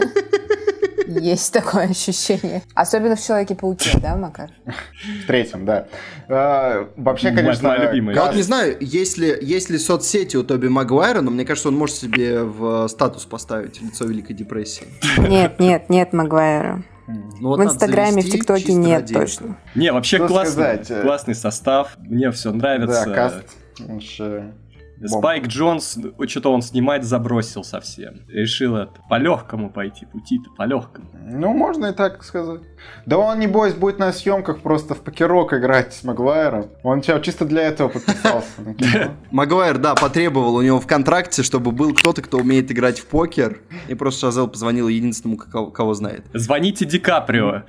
Speaker 4: Есть такое ощущение. Особенно в «Человеке-пауке», да, Макар?
Speaker 3: В третьем, да. А, вообще, конечно...
Speaker 1: Моя любимая.
Speaker 2: Я вот
Speaker 3: кажется-
Speaker 2: не знаю, есть ли, есть ли соцсети у Тоби Магуайра, но мне кажется, он может себе в статус поставить лицо Великой депрессии.
Speaker 4: Нет, нет, нет Магуайра.
Speaker 2: Ну, вот
Speaker 4: В
Speaker 2: надо
Speaker 4: Инстаграме, в
Speaker 2: завести
Speaker 4: ТикТоке
Speaker 2: чисто
Speaker 4: нет
Speaker 2: ради
Speaker 4: точно.
Speaker 2: этого.
Speaker 1: Не, вообще
Speaker 3: Что
Speaker 1: классный,
Speaker 3: сказать, э,
Speaker 1: классный состав, мне все нравится.
Speaker 3: Да, каст вообще... бомба.
Speaker 1: Спайк Джонс, что-то он снимать забросил совсем. Решил это по-легкому пойти, пути-то по-легкому.
Speaker 3: Ну, можно и так сказать. Да он, небось, будет на съемках просто в покерок играть с Магуайром. Он чё, чисто для этого подписался на кино.
Speaker 2: Магуайр, да, потребовал у него в контракте, чтобы был кто-то, кто умеет играть в покер. И просто Шазел позвонил единственному, кого, кого знает.
Speaker 1: Звоните Ди Каприо.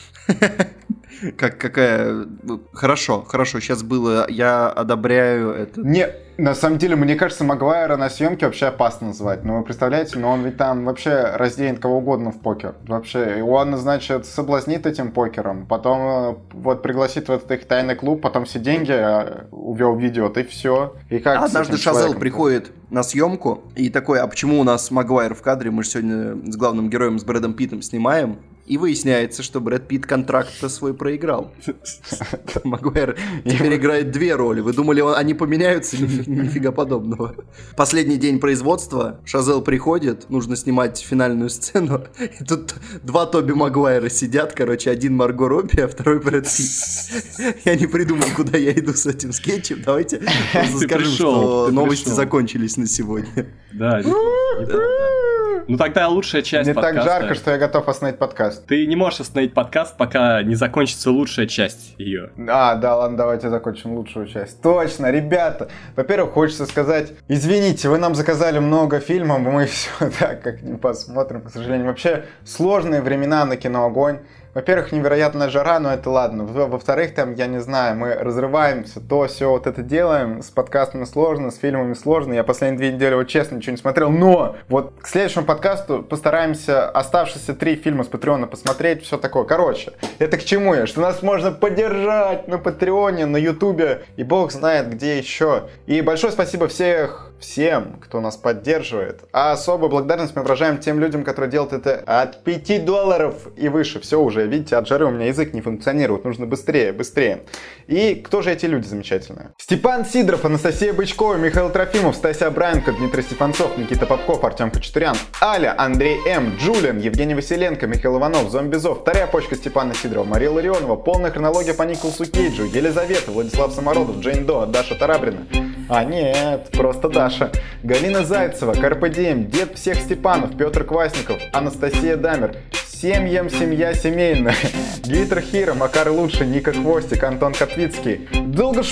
Speaker 2: Как, какая... Хорошо, хорошо, сейчас было... Я одобряю это.
Speaker 3: Не, на самом деле, мне кажется, Магуайра на съемке вообще опасно называть. Ну, вы представляете, но он ведь там вообще разденет кого угодно в покер. Вообще, он, значит, соблазнит этим покером, потом э, вот пригласит в этот их тайный клуб, потом все деньги э, увел видео, и все. И как с
Speaker 2: Однажды
Speaker 3: этим
Speaker 2: Шазел
Speaker 3: человеком?
Speaker 2: приходит на съемку и такой, а почему у нас Магуайр в кадре? Мы же сегодня с главным героем, с Брэдом Питтом снимаем. И выясняется, что Брэд Питт контракт-то свой проиграл. Магуайр теперь играет две роли. Вы думали, он- они поменяются? Ни- Нифига подобного. Последний день производства. Шазел приходит, нужно снимать финальную сцену. И тут два Тоби Магуайра сидят, короче, один Марго Робби, а второй Брэд Питт. Я не придумал, куда я иду с этим скетчем. Давайте просто
Speaker 1: Ты
Speaker 2: скажем,
Speaker 1: пришел,
Speaker 2: что
Speaker 1: ты
Speaker 2: новости
Speaker 1: пришел.
Speaker 2: закончились на сегодня.
Speaker 1: Да, неплохо. Ну тогда лучшая часть
Speaker 3: Мне
Speaker 1: подкаста.
Speaker 3: так жарко, что я готов остановить подкаст.
Speaker 1: Ты не можешь остановить подкаст, пока не закончится лучшая часть ее.
Speaker 3: А, да, ладно, давайте закончим лучшую часть. Точно, ребята. Во-первых, хочется сказать, извините, вы нам заказали много фильмов, мы все так как не посмотрим, к сожалению. Вообще, сложные времена на Киноогонь. Во-первых, невероятная жара, но это ладно. Во-вторых, там, я не знаю, мы разрываемся, то все вот это делаем. С подкастами сложно, с фильмами сложно. Я последние две недели, вот честно, ничего не смотрел. Но вот к следующему подкасту постараемся оставшиеся три фильма с Патреона посмотреть, все такое. Короче, это к чему я? Что нас можно поддержать на Патреоне, на Ютубе и бог знает где еще. И большое спасибо всех всем, кто нас поддерживает. А особую благодарность мы выражаем тем людям, которые делают это от пяти долларов и выше. Все уже, видите, от жары у меня язык не функционирует. Нужно быстрее, быстрее. И кто же эти люди замечательные? Степан Сидоров, Анастасия Бычкова, Михаил Трофимов, Стася Абраенко, Дмитрий Стефанцов, Никита Попков, Артем Хачатурян, Аля, Андрей М, Джулиан, Евгений Василенко, Михаил Иванов, Зомбизов, вторая почка Степана Сидорова, Мария Ларионова, полная хронология по Николасу Кейджу, Елизавета, Владислав Самородов, Джейн До, Даша Тарабрина. А нет, просто Даша. Галина Зайцева, Карпе Дием, Дед всех Степанов, Петр Квасников, Анастасия Дамер, Семьям семья семейная, Гитлер Хиро, Макар Лучший, Ника Хвостик, Антон Котвицкий, Долгош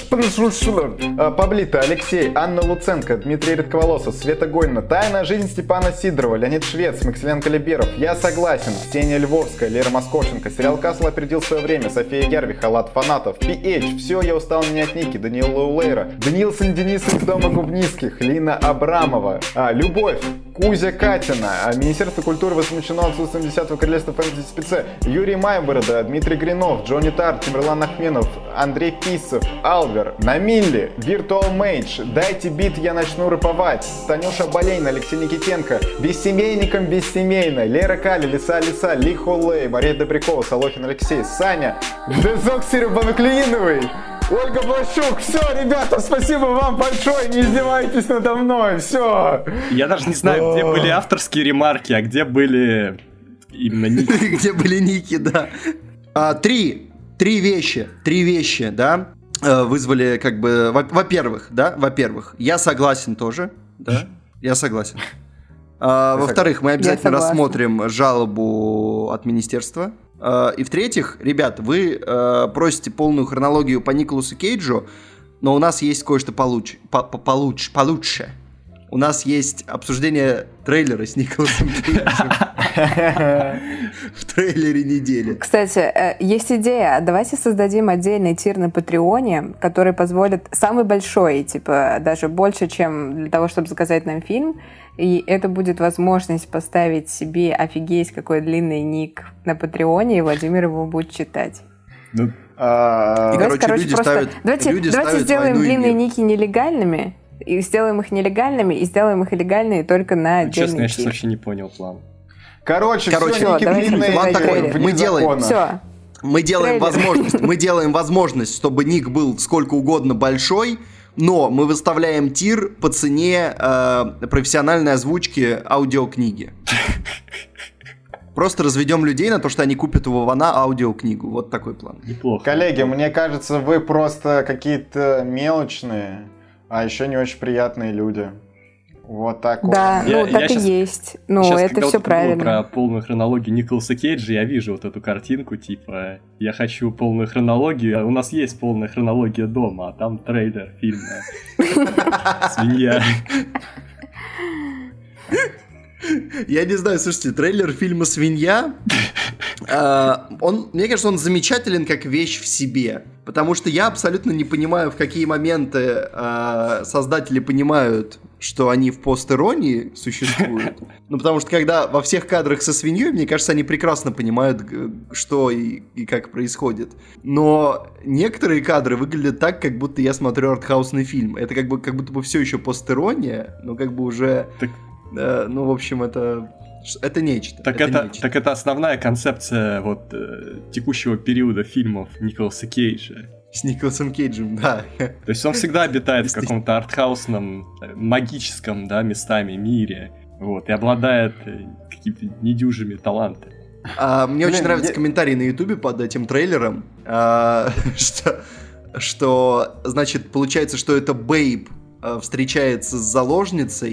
Speaker 3: Паблита, Алексей, Анна Луценко, Дмитрий Редковолосов, Света Гойна, Тайная жизнь Степана Сидорова, Леонид Швец, Максимилиан Калиберов, Я согласен, Ксения Львовская, Лера Москошенко, сериал Касл опередил свое время, София Герви, Халат Фанатов, пи эйч, Все, я устал менять ники, Даниил Лоулейра, Данилсон Денис из Дома Губниских, Лина Абрамова, а, Любовь, Кузя Катина, Министерство культуры возмущено отсутствием десятого королевства фэнтези спеце, Юрий Майборода, Дмитрий Гринов, Джонни Тарт, Тимирлан Ахменов, Андрей Писов, Алвер, Намилли, Virtual Mage, Дайте бит, я начну рэповать, Танюша Болейна, Алексей Никитенко, Бессемейникам бессемейно, Лера Кали, Лиса Лиса, Ли Холлей, Мария Добрякова, Солохин Алексей, Саня, Дезоксирибонуклеиновый, Ольга Блащук, все, ребята, спасибо вам большое, не издевайтесь надо мной, все.
Speaker 1: Я даже не знаю, где были авторские ремарки, а где были именно ники.
Speaker 2: Где были ники, да. А, три, три вещи, три вещи, да, вызвали как бы, во-первых, да, во-первых, я согласен тоже, да, я согласен. А, во-вторых, мы обязательно рассмотрим жалобу от министерства. Uh, и в-третьих, ребят, вы uh, просите полную хронологию по Николасу Кейджу, но у нас есть кое-что получше, по -по получше, получше. У нас есть обсуждение трейлера с Николасом Кейджем в трейлере недели.
Speaker 4: Кстати, есть идея. Давайте создадим отдельный тир на Патреоне, который позволит самый большой, типа даже больше, чем для того, чтобы заказать нам фильм. И это будет возможность поставить себе офигеть какой длинный ник на Патреоне, и Владимир его будет читать.
Speaker 1: Ну,
Speaker 2: а, и, короче, короче, люди просто... ставят,
Speaker 4: давайте,
Speaker 2: люди
Speaker 4: давайте
Speaker 2: ставят
Speaker 4: сделаем длинные
Speaker 2: мир.
Speaker 4: ники нелегальными, и сделаем их нелегальными, и сделаем их легальными только на
Speaker 1: ну,
Speaker 4: отдельный
Speaker 1: честно, я
Speaker 4: тир.
Speaker 1: сейчас вообще не понял план.
Speaker 3: Короче,
Speaker 2: короче
Speaker 3: все, ники длинные,
Speaker 2: план такой, мы делаем...
Speaker 4: Все.
Speaker 2: Мы делаем
Speaker 4: Трейлер.
Speaker 2: возможность, мы делаем возможность, чтобы ник был сколько угодно большой, но мы выставляем тир по цене э, профессиональной озвучки аудиокниги. Просто разведем людей на то, что они купят у Вована аудиокнигу. Вот такой план.
Speaker 1: Неплохо.
Speaker 3: Коллеги, мне кажется, вы просто какие-то мелочные, а еще не очень приятные люди. Вот так
Speaker 4: Да,
Speaker 3: вот.
Speaker 4: ну
Speaker 1: Я-
Speaker 4: так
Speaker 1: я
Speaker 4: и
Speaker 1: щас-
Speaker 4: есть. Ну,
Speaker 1: Сейчас,
Speaker 4: это
Speaker 1: когда
Speaker 4: все
Speaker 1: вот ты говорил
Speaker 4: правильно.
Speaker 1: про полную хронологию Николаса Кейджа, я вижу вот эту картинку, типа, я хочу полную хронологию, а у нас есть полная хронология дома, а там трейлер фильма «Свинья».
Speaker 2: Я не знаю, слушайте, трейлер фильма «Свинья», э, он, мне кажется, он замечателен как вещь в себе. Потому что я абсолютно не понимаю, в какие моменты э, создатели понимают, что они в пост-иронии существуют. Ну, потому что когда во всех кадрах со свиньей, мне кажется, они прекрасно понимают, что и, и как происходит. Но некоторые кадры выглядят так, как будто я смотрю артхаусный фильм. Это как, бы, как будто бы все еще пост-ирония, но как бы уже...
Speaker 1: Так...
Speaker 2: Э, ну, в общем, это... Это нечто.
Speaker 1: Так
Speaker 2: это,
Speaker 1: это,
Speaker 2: нечто.
Speaker 1: так это основная концепция вот э, текущего периода фильмов Николаса Кейджа.
Speaker 2: С Николасом Кейджем, да.
Speaker 1: То есть он всегда обитает в каком-то артхаусном, магическом, да, местами мире. Вот, и обладает какими-то недюжими талантами.
Speaker 2: А, мне
Speaker 3: Блин,
Speaker 2: очень нравится
Speaker 3: я...
Speaker 2: комментарий на Ютубе под этим трейлером, а, что, что, значит, получается, что это Бэйб а, встречается с заложницей,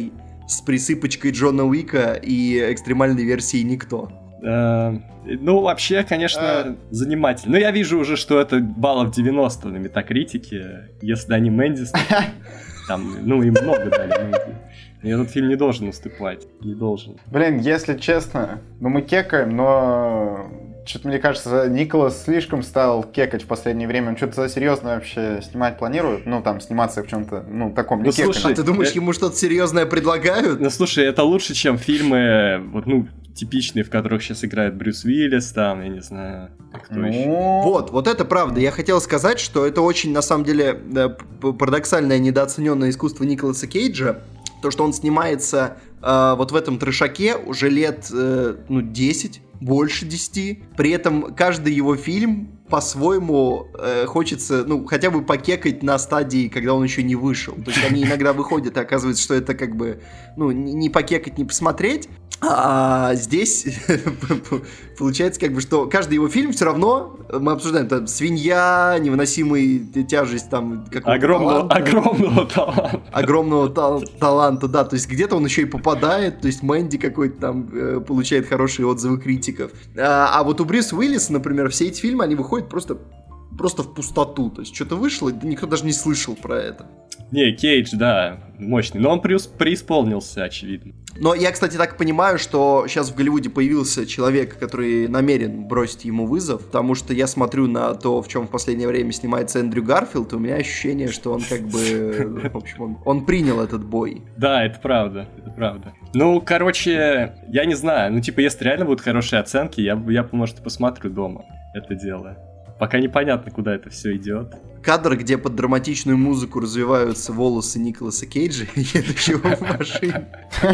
Speaker 2: с присыпочкой Джона Уика и экстремальной версией «Никто».
Speaker 1: Uh, ну, вообще, конечно, uh. занимательно. Но я вижу уже, что это баллов девяносто на Метакритике. Если они Мэнди, там, ну, им много дали Мэнди. И этот фильм не должен уступать. Не должен.
Speaker 3: Блин, если честно, ну мы кекаем, но... Что-то, мне кажется, Николас слишком стал кекать в последнее время. Он что-то серьезно вообще снимать планирует? Ну, там, сниматься в чем-то, ну, таком, не
Speaker 2: ну,
Speaker 3: кеканье.
Speaker 2: Слушай, а ты думаешь,
Speaker 1: э...
Speaker 2: ему что-то серьезное предлагают?
Speaker 1: Ну, слушай, это лучше, чем фильмы, вот, ну, типичные, в которых сейчас играет Брюс Уиллис, там, я не знаю, кто ну... еще.
Speaker 2: Вот, вот это правда. Я хотел сказать, что это очень, на самом деле, парадоксальное, недооцененное искусство Николаса Кейджа. То, что он снимается э, вот в этом трешаке уже лет, э, ну, десять, больше десяти. При этом каждый его фильм по-своему э, хочется, ну, хотя бы покекать на стадии, когда он еще не вышел. То есть они иногда выходят, и оказывается, что это как бы, ну, не покекать, не посмотреть. А здесь получается как бы, что каждый его фильм все равно, мы обсуждаем, там, «Свинья», «Невыносимая тяжесть», там, какого-то
Speaker 1: огромного,
Speaker 2: таланта.
Speaker 1: Огромного таланта.
Speaker 2: Огромного тал- таланта, да, то есть где-то он еще и попадает, то есть Мэнди какой-то там э, получает хорошие отзывы критиков. А, а вот у Брюса Уиллиса, например, все эти фильмы, они выходят просто, просто в пустоту, то есть что-то вышло, никто даже не слышал про это.
Speaker 1: Не, Кейдж, да, мощный, но он преус- преисполнился, очевидно.
Speaker 2: Но я, кстати, так понимаю, что сейчас в Голливуде появился человек, который намерен бросить ему вызов, потому что я смотрю на то, в чем в последнее время снимается Эндрю Гарфилд, и у меня ощущение, что он как бы, в общем, он, он принял этот бой.
Speaker 1: Да, это правда, это правда. Ну, короче, я не знаю, ну, типа, если реально будут хорошие оценки, я, я может, и посмотрю дома это дело. Пока непонятно, куда это все идет.
Speaker 2: Кадр, где под драматичную музыку развиваются волосы Николаса Кейджа, едущего в машине.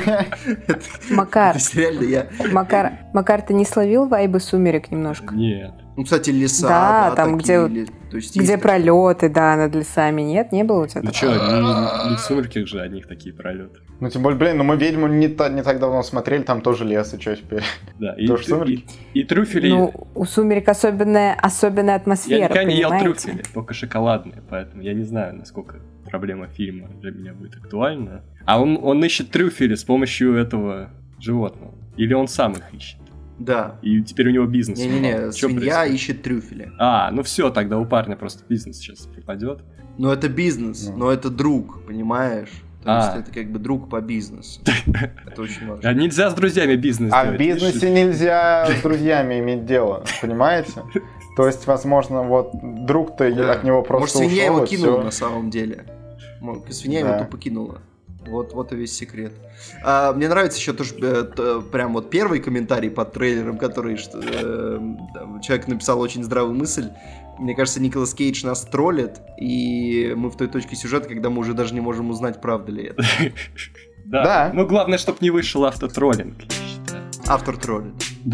Speaker 4: Макар,
Speaker 2: реально я...
Speaker 4: Макар, Макар, ты не словил вайбы «Сумерек» немножко?
Speaker 1: Нет.
Speaker 2: Ну, кстати, леса,
Speaker 4: да,
Speaker 2: да,
Speaker 4: там,
Speaker 2: такие,
Speaker 4: где,
Speaker 2: то есть
Speaker 4: где
Speaker 2: есть...
Speaker 4: пролеты, да, над лесами. Нет, не было у тебя
Speaker 1: ну
Speaker 4: такого?
Speaker 1: Ну что, не, не в «Сумерках» же одних такие пролеты.
Speaker 3: Ну, тем более, блин, ну мы «Ведьму» не, та, не так давно смотрели, там тоже лес, и что теперь?
Speaker 1: Да, и,
Speaker 3: тоже
Speaker 1: и, и, и трюфели...
Speaker 4: Ну, у «Сумерек» особенная, особенная атмосфера,
Speaker 1: я никогда не ел
Speaker 4: понимаете?
Speaker 1: трюфели, только шоколадные, поэтому я не знаю, насколько проблема фильма для меня будет актуальна. А он, он ищет трюфели с помощью этого животного. Или он сам их ищет?
Speaker 2: Да.
Speaker 1: И теперь у него бизнес.
Speaker 2: Не-не-не,
Speaker 1: Чё
Speaker 2: свинья
Speaker 1: происходит?
Speaker 2: ищет трюфеля.
Speaker 1: А, ну все, тогда у парня просто бизнес сейчас пропадет.
Speaker 2: Но это бизнес,
Speaker 3: Ну.
Speaker 2: но это друг, понимаешь? То
Speaker 1: А.
Speaker 2: есть это как бы друг по бизнесу. Это очень важно.
Speaker 1: А нельзя с друзьями бизнес
Speaker 3: А в
Speaker 1: делать,
Speaker 3: бизнесе
Speaker 1: видишь?
Speaker 3: нельзя с друзьями иметь дело, понимаете? То есть, возможно, вот друг-то
Speaker 2: Да.
Speaker 3: от него
Speaker 2: Может,
Speaker 3: просто
Speaker 2: свинья
Speaker 3: ушел,
Speaker 2: его
Speaker 3: и
Speaker 2: кинула
Speaker 3: всё.
Speaker 2: на самом деле. Может, свинья
Speaker 3: Да.
Speaker 2: его тупо кинула. Вот, вот и весь секрет. А, мне нравится еще тоже э, т- прям вот первый комментарий под трейлером, который что, э, там, человек написал очень здравую мысль. Мне кажется, Николас Кейдж нас троллит, и мы в той точке сюжета, когда мы уже даже не можем узнать, правда ли это.
Speaker 1: Да.
Speaker 3: Да.
Speaker 1: Ну, главное, чтобы не вышел автотроллинг, я считаю.
Speaker 2: Автор троллит.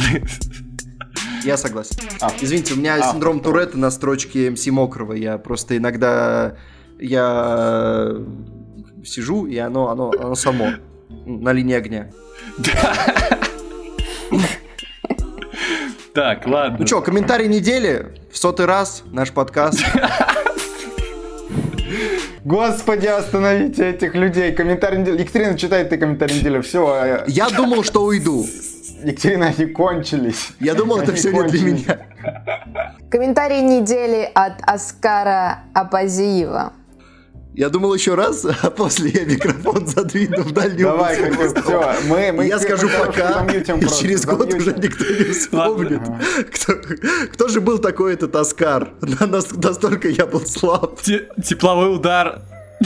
Speaker 2: Я согласен.
Speaker 3: А.
Speaker 2: Извините, у меня
Speaker 3: Автор
Speaker 2: синдром
Speaker 3: троллит.
Speaker 2: Туретта на строчке эм си Мокрого. Я просто иногда я сижу, и оно, оно, оно само на линии огня.
Speaker 1: Так, ладно.
Speaker 2: Ну что, комментарий недели. В сотый раз наш подкаст.
Speaker 3: Господи, остановите этих людей. Комментарий недели. Екатерина, читай ты комментарий недели. Все.
Speaker 2: Я думал, что уйду.
Speaker 3: Екатерина, они кончились.
Speaker 2: Я думал, это
Speaker 3: Они
Speaker 2: все не для
Speaker 3: кончились.
Speaker 2: меня.
Speaker 4: Комментарий недели от Оскара Апазиева.
Speaker 2: Я думал еще раз, а после я микрофон задвину в дальнюю
Speaker 3: Давай,
Speaker 2: угол
Speaker 3: как все. Мы, мы
Speaker 2: Я
Speaker 3: мы,
Speaker 2: скажу
Speaker 3: короче,
Speaker 2: пока,
Speaker 3: замьютим
Speaker 2: и
Speaker 3: просто,
Speaker 2: через год
Speaker 3: замьютим.
Speaker 2: уже никто не вспомнит, кто, кто же был такой этот Оскар. На- нас- Настолько я был слаб.
Speaker 1: Те- Тепловой удар.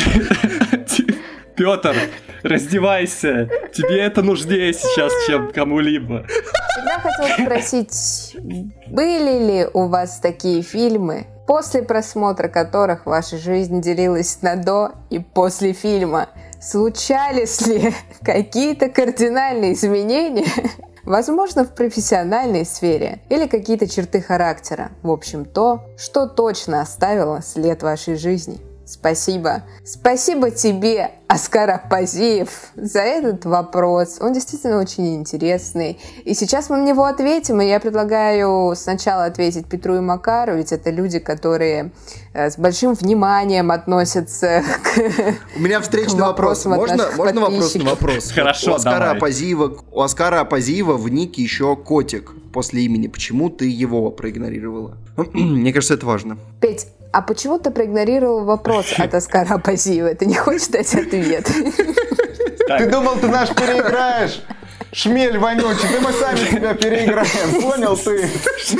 Speaker 1: Петр, раздевайся. Тебе это нужнее сейчас, чем кому-либо.
Speaker 4: Всегда хотел спросить, были ли у вас такие фильмы, после просмотра которых ваша жизнь делилась на до и после фильма? Случались ли какие-то кардинальные изменения? Возможно, в профессиональной сфере или какие-то черты характера. В общем, то, что точно оставило след вашей жизни. Спасибо. Спасибо тебе, Оскар Апазиев, за этот вопрос. Он действительно очень интересный. И сейчас мы на него ответим, и я предлагаю сначала ответить Петру и Макару, ведь это люди, которые с большим вниманием относятся к
Speaker 2: У меня встречный вопрос. Можно, можно вопрос на вопрос?
Speaker 1: Хорошо,
Speaker 2: у Оскара
Speaker 1: давай.
Speaker 2: Апазиева, у Оскара Апазиева в нике еще котик после имени. Почему ты его проигнорировала? Мне кажется, это важно.
Speaker 4: Петь, а почему ты проигнорировал вопрос от Оскара Апазиева? Ты не хочешь дать ответ?
Speaker 3: Ты думал, ты наш переиграешь? Шмель вонючий, да мы сами тебя переиграем, понял ты?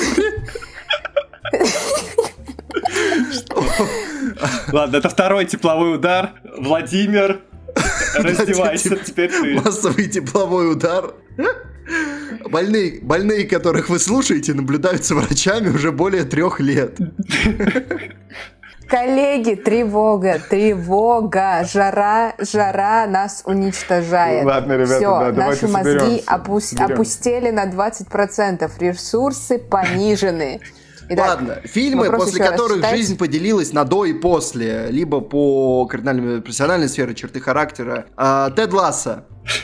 Speaker 1: Ладно, это второй тепловой удар. Владимир, раздевайся, теперь ты.
Speaker 2: Массовый тепловой удар. Больные, больные, которых вы слушаете, наблюдаются врачами уже более трех лет.
Speaker 4: Коллеги, тревога, тревога, жара, жара нас уничтожает.
Speaker 3: Ладно, ребята,
Speaker 4: Все,
Speaker 3: да,
Speaker 4: наши мозги
Speaker 3: соберемся,
Speaker 4: опу-
Speaker 3: соберемся.
Speaker 4: опустели на двадцать процентов, ресурсы понижены. Итак,
Speaker 2: Ладно, фильмы,
Speaker 4: вопрос
Speaker 2: после
Speaker 4: еще раз
Speaker 2: которых
Speaker 4: читайте.
Speaker 2: жизнь поделилась на до и после, либо по кардинальной профессиональной сфере, черты характера. А, Тед Лассо.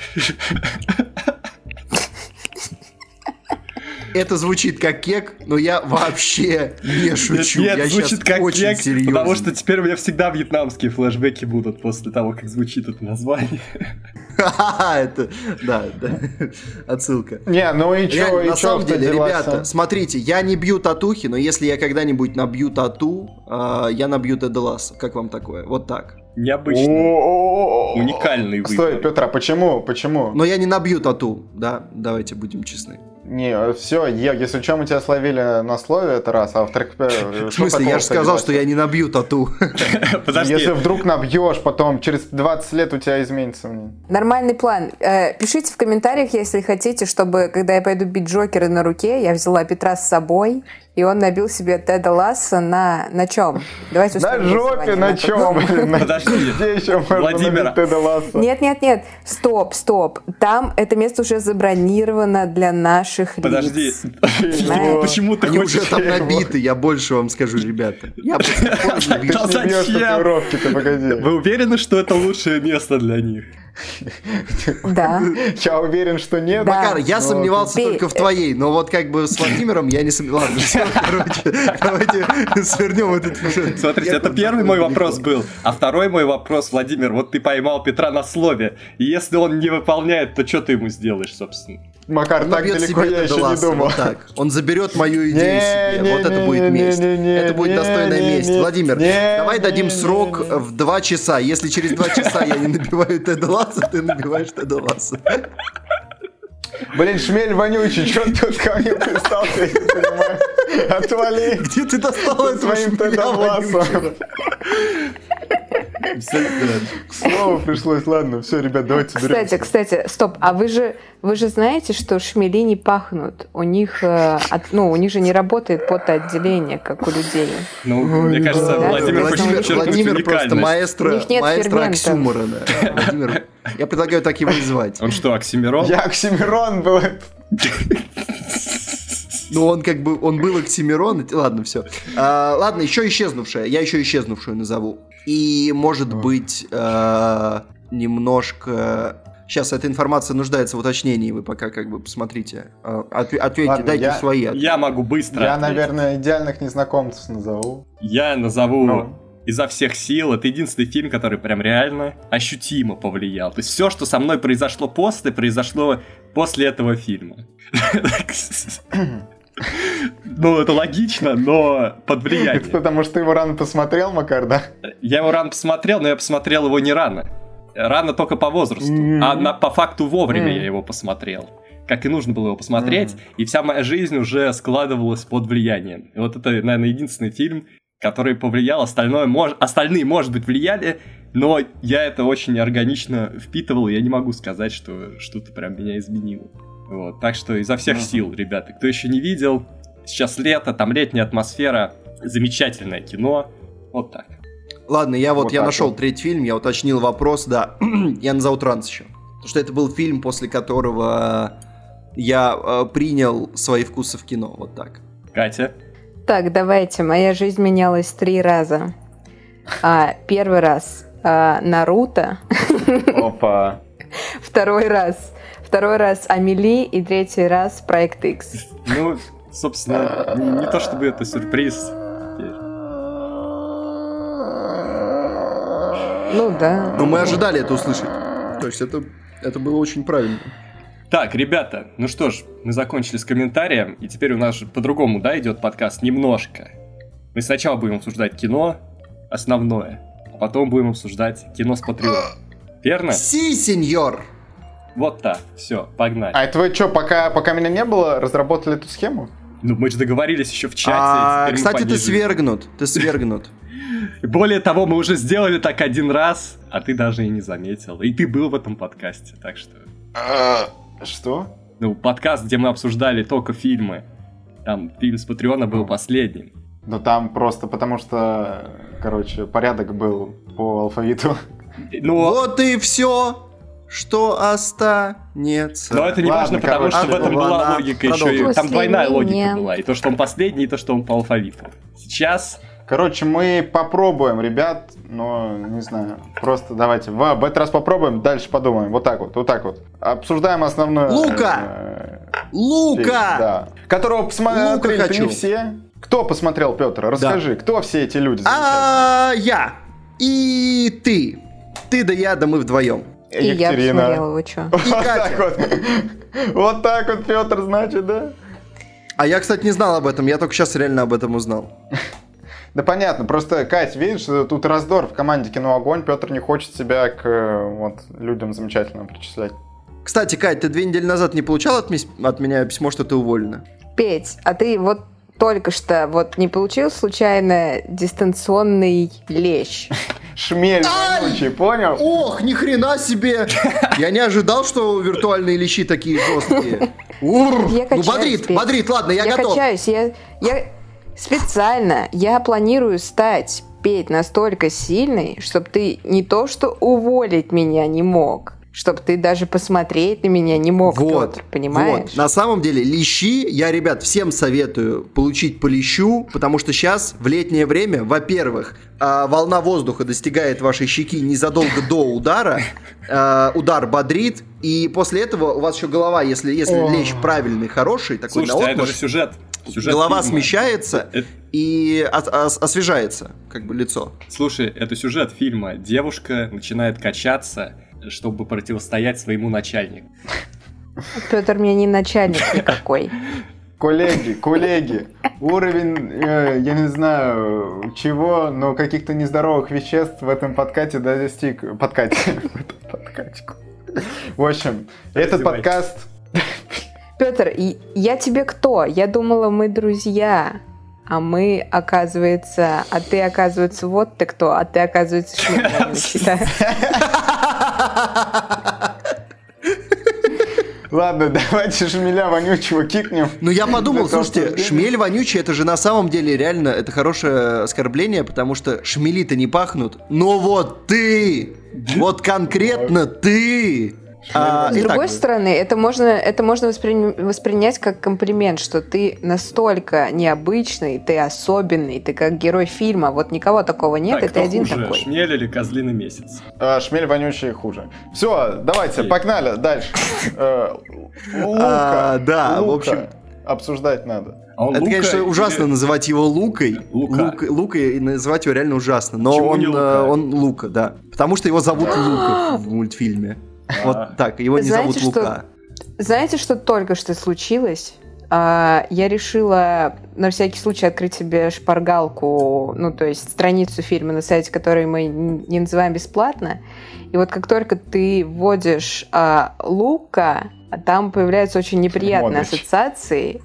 Speaker 2: Это звучит как кек, но я вообще не шучу.
Speaker 1: Нет,
Speaker 2: я
Speaker 1: нет, звучит
Speaker 2: щас
Speaker 1: как
Speaker 2: очень
Speaker 1: кек,
Speaker 2: серьезно.
Speaker 1: потому что теперь у меня всегда вьетнамские флешбеки будут после того, как звучит это название.
Speaker 2: Ха-ха, это, да, да, отсылка.
Speaker 3: Не, ну и чё,
Speaker 2: Реально,
Speaker 3: и
Speaker 2: на
Speaker 3: чё
Speaker 2: самом
Speaker 3: в
Speaker 2: деле,
Speaker 3: Теди
Speaker 2: ребята,
Speaker 3: Лассо?
Speaker 2: смотрите, я не бью татухи, но если я когда-нибудь набью тату, а, я набью Теда Лассо. Как вам такое? Вот так.
Speaker 1: Необычно.
Speaker 3: О-о-о-о-о.
Speaker 1: Уникальный выбор.
Speaker 3: Стой, Петр, а почему? Почему?
Speaker 2: Но я не набью тату, да, давайте будем честны.
Speaker 3: Не, все, если что, мы тебя словили на слове, это раз, а во-вторых,
Speaker 2: В смысле, я же сказал, что я не набью тату.
Speaker 1: Подожди.
Speaker 3: Если вдруг набьешь, потом через двадцать лет у тебя изменится мнение.
Speaker 4: Нормальный план. Э, Пишите в комментариях, если хотите, чтобы, когда я пойду бить Джокера на руке, я взяла Петра с собой, и он набил себе Теда Лассо на, на чем? Давайте
Speaker 3: На
Speaker 4: устроим
Speaker 3: жопе,
Speaker 4: голосование.
Speaker 3: на чем?
Speaker 1: Подожди.
Speaker 3: Где еще можно
Speaker 1: Владимир.
Speaker 3: набить Теда Лассо?
Speaker 4: Нет, нет, нет. Стоп, стоп. Там это место уже забронировано для наших
Speaker 1: Подожди.
Speaker 4: лиц. Знаешь?
Speaker 1: Почему ты
Speaker 2: Они
Speaker 1: хочешь...
Speaker 2: уже там набиты, я больше вам скажу, ребята. Я просто
Speaker 1: Да
Speaker 3: Не бьешь
Speaker 1: зачем?
Speaker 3: татуировки-то, погоди.
Speaker 1: Вы уверены, что это лучшее место для них?
Speaker 4: Да.
Speaker 3: Я уверен, что нет.
Speaker 4: Да.
Speaker 2: Макар, я
Speaker 3: Но-
Speaker 2: сомневался
Speaker 4: Ты-
Speaker 2: только в твоей, но вот как бы с Владимиром я не сомневался. Ладно, все, короче, давайте свернем этот сюжет.
Speaker 1: Смотрите,
Speaker 2: Я
Speaker 1: это
Speaker 2: тут
Speaker 1: первый
Speaker 2: захожу
Speaker 1: мой
Speaker 2: далеко.
Speaker 1: вопрос был. А второй мой вопрос, Владимир, вот ты поймал Петра на слове. И если он не выполняет, то что ты ему сделаешь, собственно?
Speaker 3: Макар,
Speaker 2: Он
Speaker 3: так
Speaker 2: набьет
Speaker 3: далеко
Speaker 2: себе
Speaker 3: я
Speaker 2: Теда
Speaker 3: еще не
Speaker 2: Лассо,
Speaker 3: думал.
Speaker 2: вот так. Он заберет мою идею
Speaker 3: Не,
Speaker 2: себе.
Speaker 3: не,
Speaker 2: Вот это
Speaker 3: не,
Speaker 2: будет
Speaker 3: не,
Speaker 2: месть.
Speaker 3: не, не,
Speaker 2: Это будет
Speaker 3: не,
Speaker 2: достойная
Speaker 3: не,
Speaker 2: месть.
Speaker 3: не,
Speaker 2: Владимир,
Speaker 3: не,
Speaker 2: давай
Speaker 3: не,
Speaker 2: дадим
Speaker 3: не,
Speaker 2: срок
Speaker 3: не.
Speaker 2: в два часа. Если через два часа я не набиваю Теда Лассо, ты набиваешь Теда Лассо.
Speaker 3: Блин, шмель вонючий, что тут ко мне пристал, я не понимаю. Отвали.
Speaker 2: Где ты достал
Speaker 3: Со
Speaker 2: этого
Speaker 3: своим
Speaker 2: шмеля
Speaker 3: Тедом Лассо.
Speaker 2: вонючего?
Speaker 3: К слову пришлось, ладно, все, ребят, давайте
Speaker 4: Кстати,
Speaker 3: берем.
Speaker 4: кстати, стоп, а вы же вы же знаете, что шмели не пахнут. У них, э, от- ну, у них же не работает потоотделение, как у людей.
Speaker 1: Ну, мне кажется,
Speaker 4: да.
Speaker 1: Владимир
Speaker 4: Владимир-
Speaker 1: хочет подчеркнуть
Speaker 2: Владимир просто
Speaker 1: уникальность.
Speaker 4: У
Speaker 2: маэстро,
Speaker 4: них нет
Speaker 2: маэстро
Speaker 4: ферментов.
Speaker 2: оксюморона. Владимир, я предлагаю так его и звать.
Speaker 1: Он что, Оксимирон?
Speaker 3: Я Оксимирон был.
Speaker 2: Ну, он как бы, он был Оксимирон. Ладно, все. Ладно, еще исчезнувшая. Я еще исчезнувшую назову. И, может быть, э, немножко... Сейчас эта информация нуждается в уточнении, вы пока как бы посмотрите. Э, отв- Ответьте,
Speaker 3: Ладно,
Speaker 2: дайте
Speaker 3: я-
Speaker 2: свои.
Speaker 1: Я могу быстро
Speaker 3: Я,
Speaker 1: ответить.
Speaker 3: наверное, идеальных незнакомцев назову.
Speaker 1: Я назову
Speaker 3: Ну.
Speaker 1: изо всех сил. Это единственный фильм, который прям реально ощутимо повлиял. То есть все, что со мной произошло после, произошло после этого фильма. Ну, это логично, но под
Speaker 3: Это
Speaker 1: влиянием.
Speaker 3: потому что ты его рано посмотрел, Макар, да?
Speaker 1: Я его рано посмотрел, но я посмотрел его не рано. Рано только по возрасту,
Speaker 3: Мгм.
Speaker 1: а на- по факту вовремя
Speaker 3: Мгм.
Speaker 1: я его посмотрел. Как и нужно было его посмотреть, и вся моя жизнь уже складывалась под влиянием. И вот это, наверное, единственный фильм, который повлиял. Остальное, мож... Остальные, может быть, влияли, но я это очень органично впитывал, и я не могу сказать, что что-то прям меня изменило. Вот, так что изо всех
Speaker 3: Мгм.
Speaker 1: сил, ребята. Кто еще не видел, сейчас лето, там летняя атмосфера, замечательное кино. Вот так.
Speaker 2: Ладно, я вот,
Speaker 3: Вот
Speaker 2: я
Speaker 3: так
Speaker 2: нашел
Speaker 3: вот.
Speaker 2: третий фильм, я уточнил вопрос, да. Я назову «Транс» еще. Потому что это был фильм, после которого я э, принял свои вкусы в кино. Вот так.
Speaker 1: Катя?
Speaker 4: Так, давайте. Моя жизнь менялась три раза. А, первый раз а, Наруто.
Speaker 3: Опа.
Speaker 4: Второй раз. Второй раз Амели. И третий раз Проект Икс.
Speaker 1: Ну, собственно, не, не то чтобы это сюрприз.
Speaker 4: Ну да.
Speaker 2: Но мы ожидали это услышать. То есть это, это было очень правильно.
Speaker 1: Так, ребята, ну что ж, мы закончили с комментарием, и теперь у нас же по-другому, да, идет подкаст немножко. Мы сначала будем обсуждать кино, основное, а потом будем обсуждать кино с Patreon. Верно?
Speaker 2: Си, сеньор!
Speaker 1: Вот так, все, погнали.
Speaker 3: А это вы что, пока, пока меня не было, разработали эту схему?
Speaker 1: Ну, мы же договорились еще в чате.
Speaker 2: А,
Speaker 1: теперь мы
Speaker 2: кстати, ты
Speaker 1: пониже.
Speaker 2: свергнут. Ты свергнут.
Speaker 1: Более того, мы уже сделали так один раз, а ты даже и не заметил. И ты был в этом подкасте, так что...
Speaker 3: Что?
Speaker 1: Ну, подкаст, где мы обсуждали только фильмы. Там фильм с Патреона был последним.
Speaker 3: Ну там просто потому что, короче, порядок был по алфавиту.
Speaker 1: Ну,
Speaker 2: Вот и все, что останется.
Speaker 1: но это не
Speaker 3: Ладно,
Speaker 1: важно, потому
Speaker 3: короче,
Speaker 1: что в этом была
Speaker 2: ладно,
Speaker 1: логика еще.
Speaker 2: продолжим.
Speaker 1: И, там двойная
Speaker 4: После
Speaker 1: логика
Speaker 4: меня.
Speaker 1: была. И то, что он последний, и то, что он по алфавиту. Сейчас...
Speaker 3: Короче, мы попробуем, ребят, но не знаю. Просто давайте в, в этот раз попробуем, дальше подумаем. Вот так вот, вот так вот. Обсуждаем основную...
Speaker 2: Лука!
Speaker 3: э, вещь,
Speaker 2: Лука!
Speaker 3: да. Которого посмотрели
Speaker 2: хочу.
Speaker 3: не все. Кто посмотрел, Петр? Расскажи, кто все эти люди?
Speaker 2: А я и ты. Ты да я, да мы вдвоем.
Speaker 4: И я посмотрела, вы что?
Speaker 3: Вот
Speaker 2: И
Speaker 3: так
Speaker 2: Катя.
Speaker 3: вот. Вот так вот, Петр, значит, да?
Speaker 2: А я, кстати, не знал об этом. Я только сейчас реально об этом узнал.
Speaker 3: Да понятно, просто, Кать, видишь, тут раздор в команде «Кино Огонь», Петр не хочет себя к э, вот, людям замечательным причислять.
Speaker 2: Кстати, Кать, ты две недели назад не получал от, мис- от меня письмо, что ты уволена?
Speaker 4: Петь, а ты вот только что вот не получил случайно дистанционный лещ?
Speaker 3: Шмель
Speaker 2: Ай!
Speaker 3: вонючий, понял?
Speaker 2: Ох, ни хрена себе! Я не ожидал, что виртуальные лещи такие жесткие. Ур!
Speaker 4: Я
Speaker 2: Ну,
Speaker 4: качаюсь,
Speaker 2: бодрит,
Speaker 4: Петь.
Speaker 2: бодрит, ладно, я,
Speaker 4: Я
Speaker 2: готов.
Speaker 4: качаюсь, я, я специально, я планирую стать, Петь, настолько сильной, чтобы ты не то что уволить меня не мог, чтобы ты даже посмотреть на меня не мог,
Speaker 2: Вот,
Speaker 4: Петр, понимаешь?
Speaker 2: вот. На самом деле, лещи, я, ребят, всем советую получить по лещу, потому что сейчас, в летнее время, во-первых, а, волна воздуха достигает вашей щеки незадолго до удара, а, удар бодрит, и после этого у вас еще голова, если, если лещ правильный, хороший, такой
Speaker 1: Слушайте, а это же
Speaker 2: наотмашь,
Speaker 1: сюжет. сюжет
Speaker 2: голова
Speaker 1: фильма.
Speaker 2: смещается
Speaker 1: Это-
Speaker 2: и ос- ос- освежается, как бы, лицо.
Speaker 1: Слушай, это сюжет фильма. Девушка начинает качаться, чтобы противостоять своему начальнику.
Speaker 4: Петр мне не начальник никакой.
Speaker 3: Коллеги, коллеги, уровень, э, я не знаю чего, но каких-то нездоровых веществ в этом подкате достиг... Подкате. В этом подкатику. В общем, этот
Speaker 1: Раздевайтесь.
Speaker 3: подкаст...
Speaker 4: Петр, и я тебе кто? Я думала, мы друзья. А мы, оказывается... А ты, оказывается, вот ты кто. А ты, оказывается, шмель вонючий, да?
Speaker 3: Ладно, давайте шмеля вонючего кикнем.
Speaker 2: Ну, я подумал,
Speaker 3: Для
Speaker 2: слушайте,
Speaker 3: обсуждения.
Speaker 2: шмель вонючий, это же на самом деле реально, это хорошее оскорбление, потому что шмели-то не пахнут. Но вот ты, вот конкретно ты. А,
Speaker 4: С
Speaker 2: итак,
Speaker 4: другой стороны, это можно, это можно воспри- воспринять как комплимент, что ты настолько необычный, ты особенный, ты как герой фильма. Вот никого такого нет,
Speaker 1: Так,
Speaker 4: и
Speaker 1: кто
Speaker 4: ты один
Speaker 1: хуже,
Speaker 4: такой.
Speaker 1: Шмель или Козлиный месяц?
Speaker 3: А, шмель вонючий хуже. Все, давайте,
Speaker 1: Окей.
Speaker 3: погнали дальше. Э, Лука.
Speaker 2: А, да, в
Speaker 3: Лука.
Speaker 2: общем-
Speaker 3: Обсуждать надо.
Speaker 1: А он
Speaker 2: это,
Speaker 1: Лука
Speaker 2: конечно,
Speaker 1: или-
Speaker 2: ужасно называть его Лукой.
Speaker 1: Лука.
Speaker 2: Лук- Лукой, и называть его реально ужасно. Но
Speaker 1: Почему
Speaker 2: он,
Speaker 1: не
Speaker 2: э,
Speaker 1: Лука?
Speaker 2: он Лука, да. Потому что его зовут Лука в мультфильме. Вот так, его не
Speaker 4: Знаете,
Speaker 2: зовут
Speaker 4: что-
Speaker 2: Лука.
Speaker 4: Знаете, что только что случилось? А, я решила на всякий случай открыть себе шпаргалку, ну, то есть страницу фильма на сайте, который мы не называем бесплатно. И вот как только ты вводишь а, Лука, там появляются очень неприятные
Speaker 3: Модрич.
Speaker 4: ассоциации.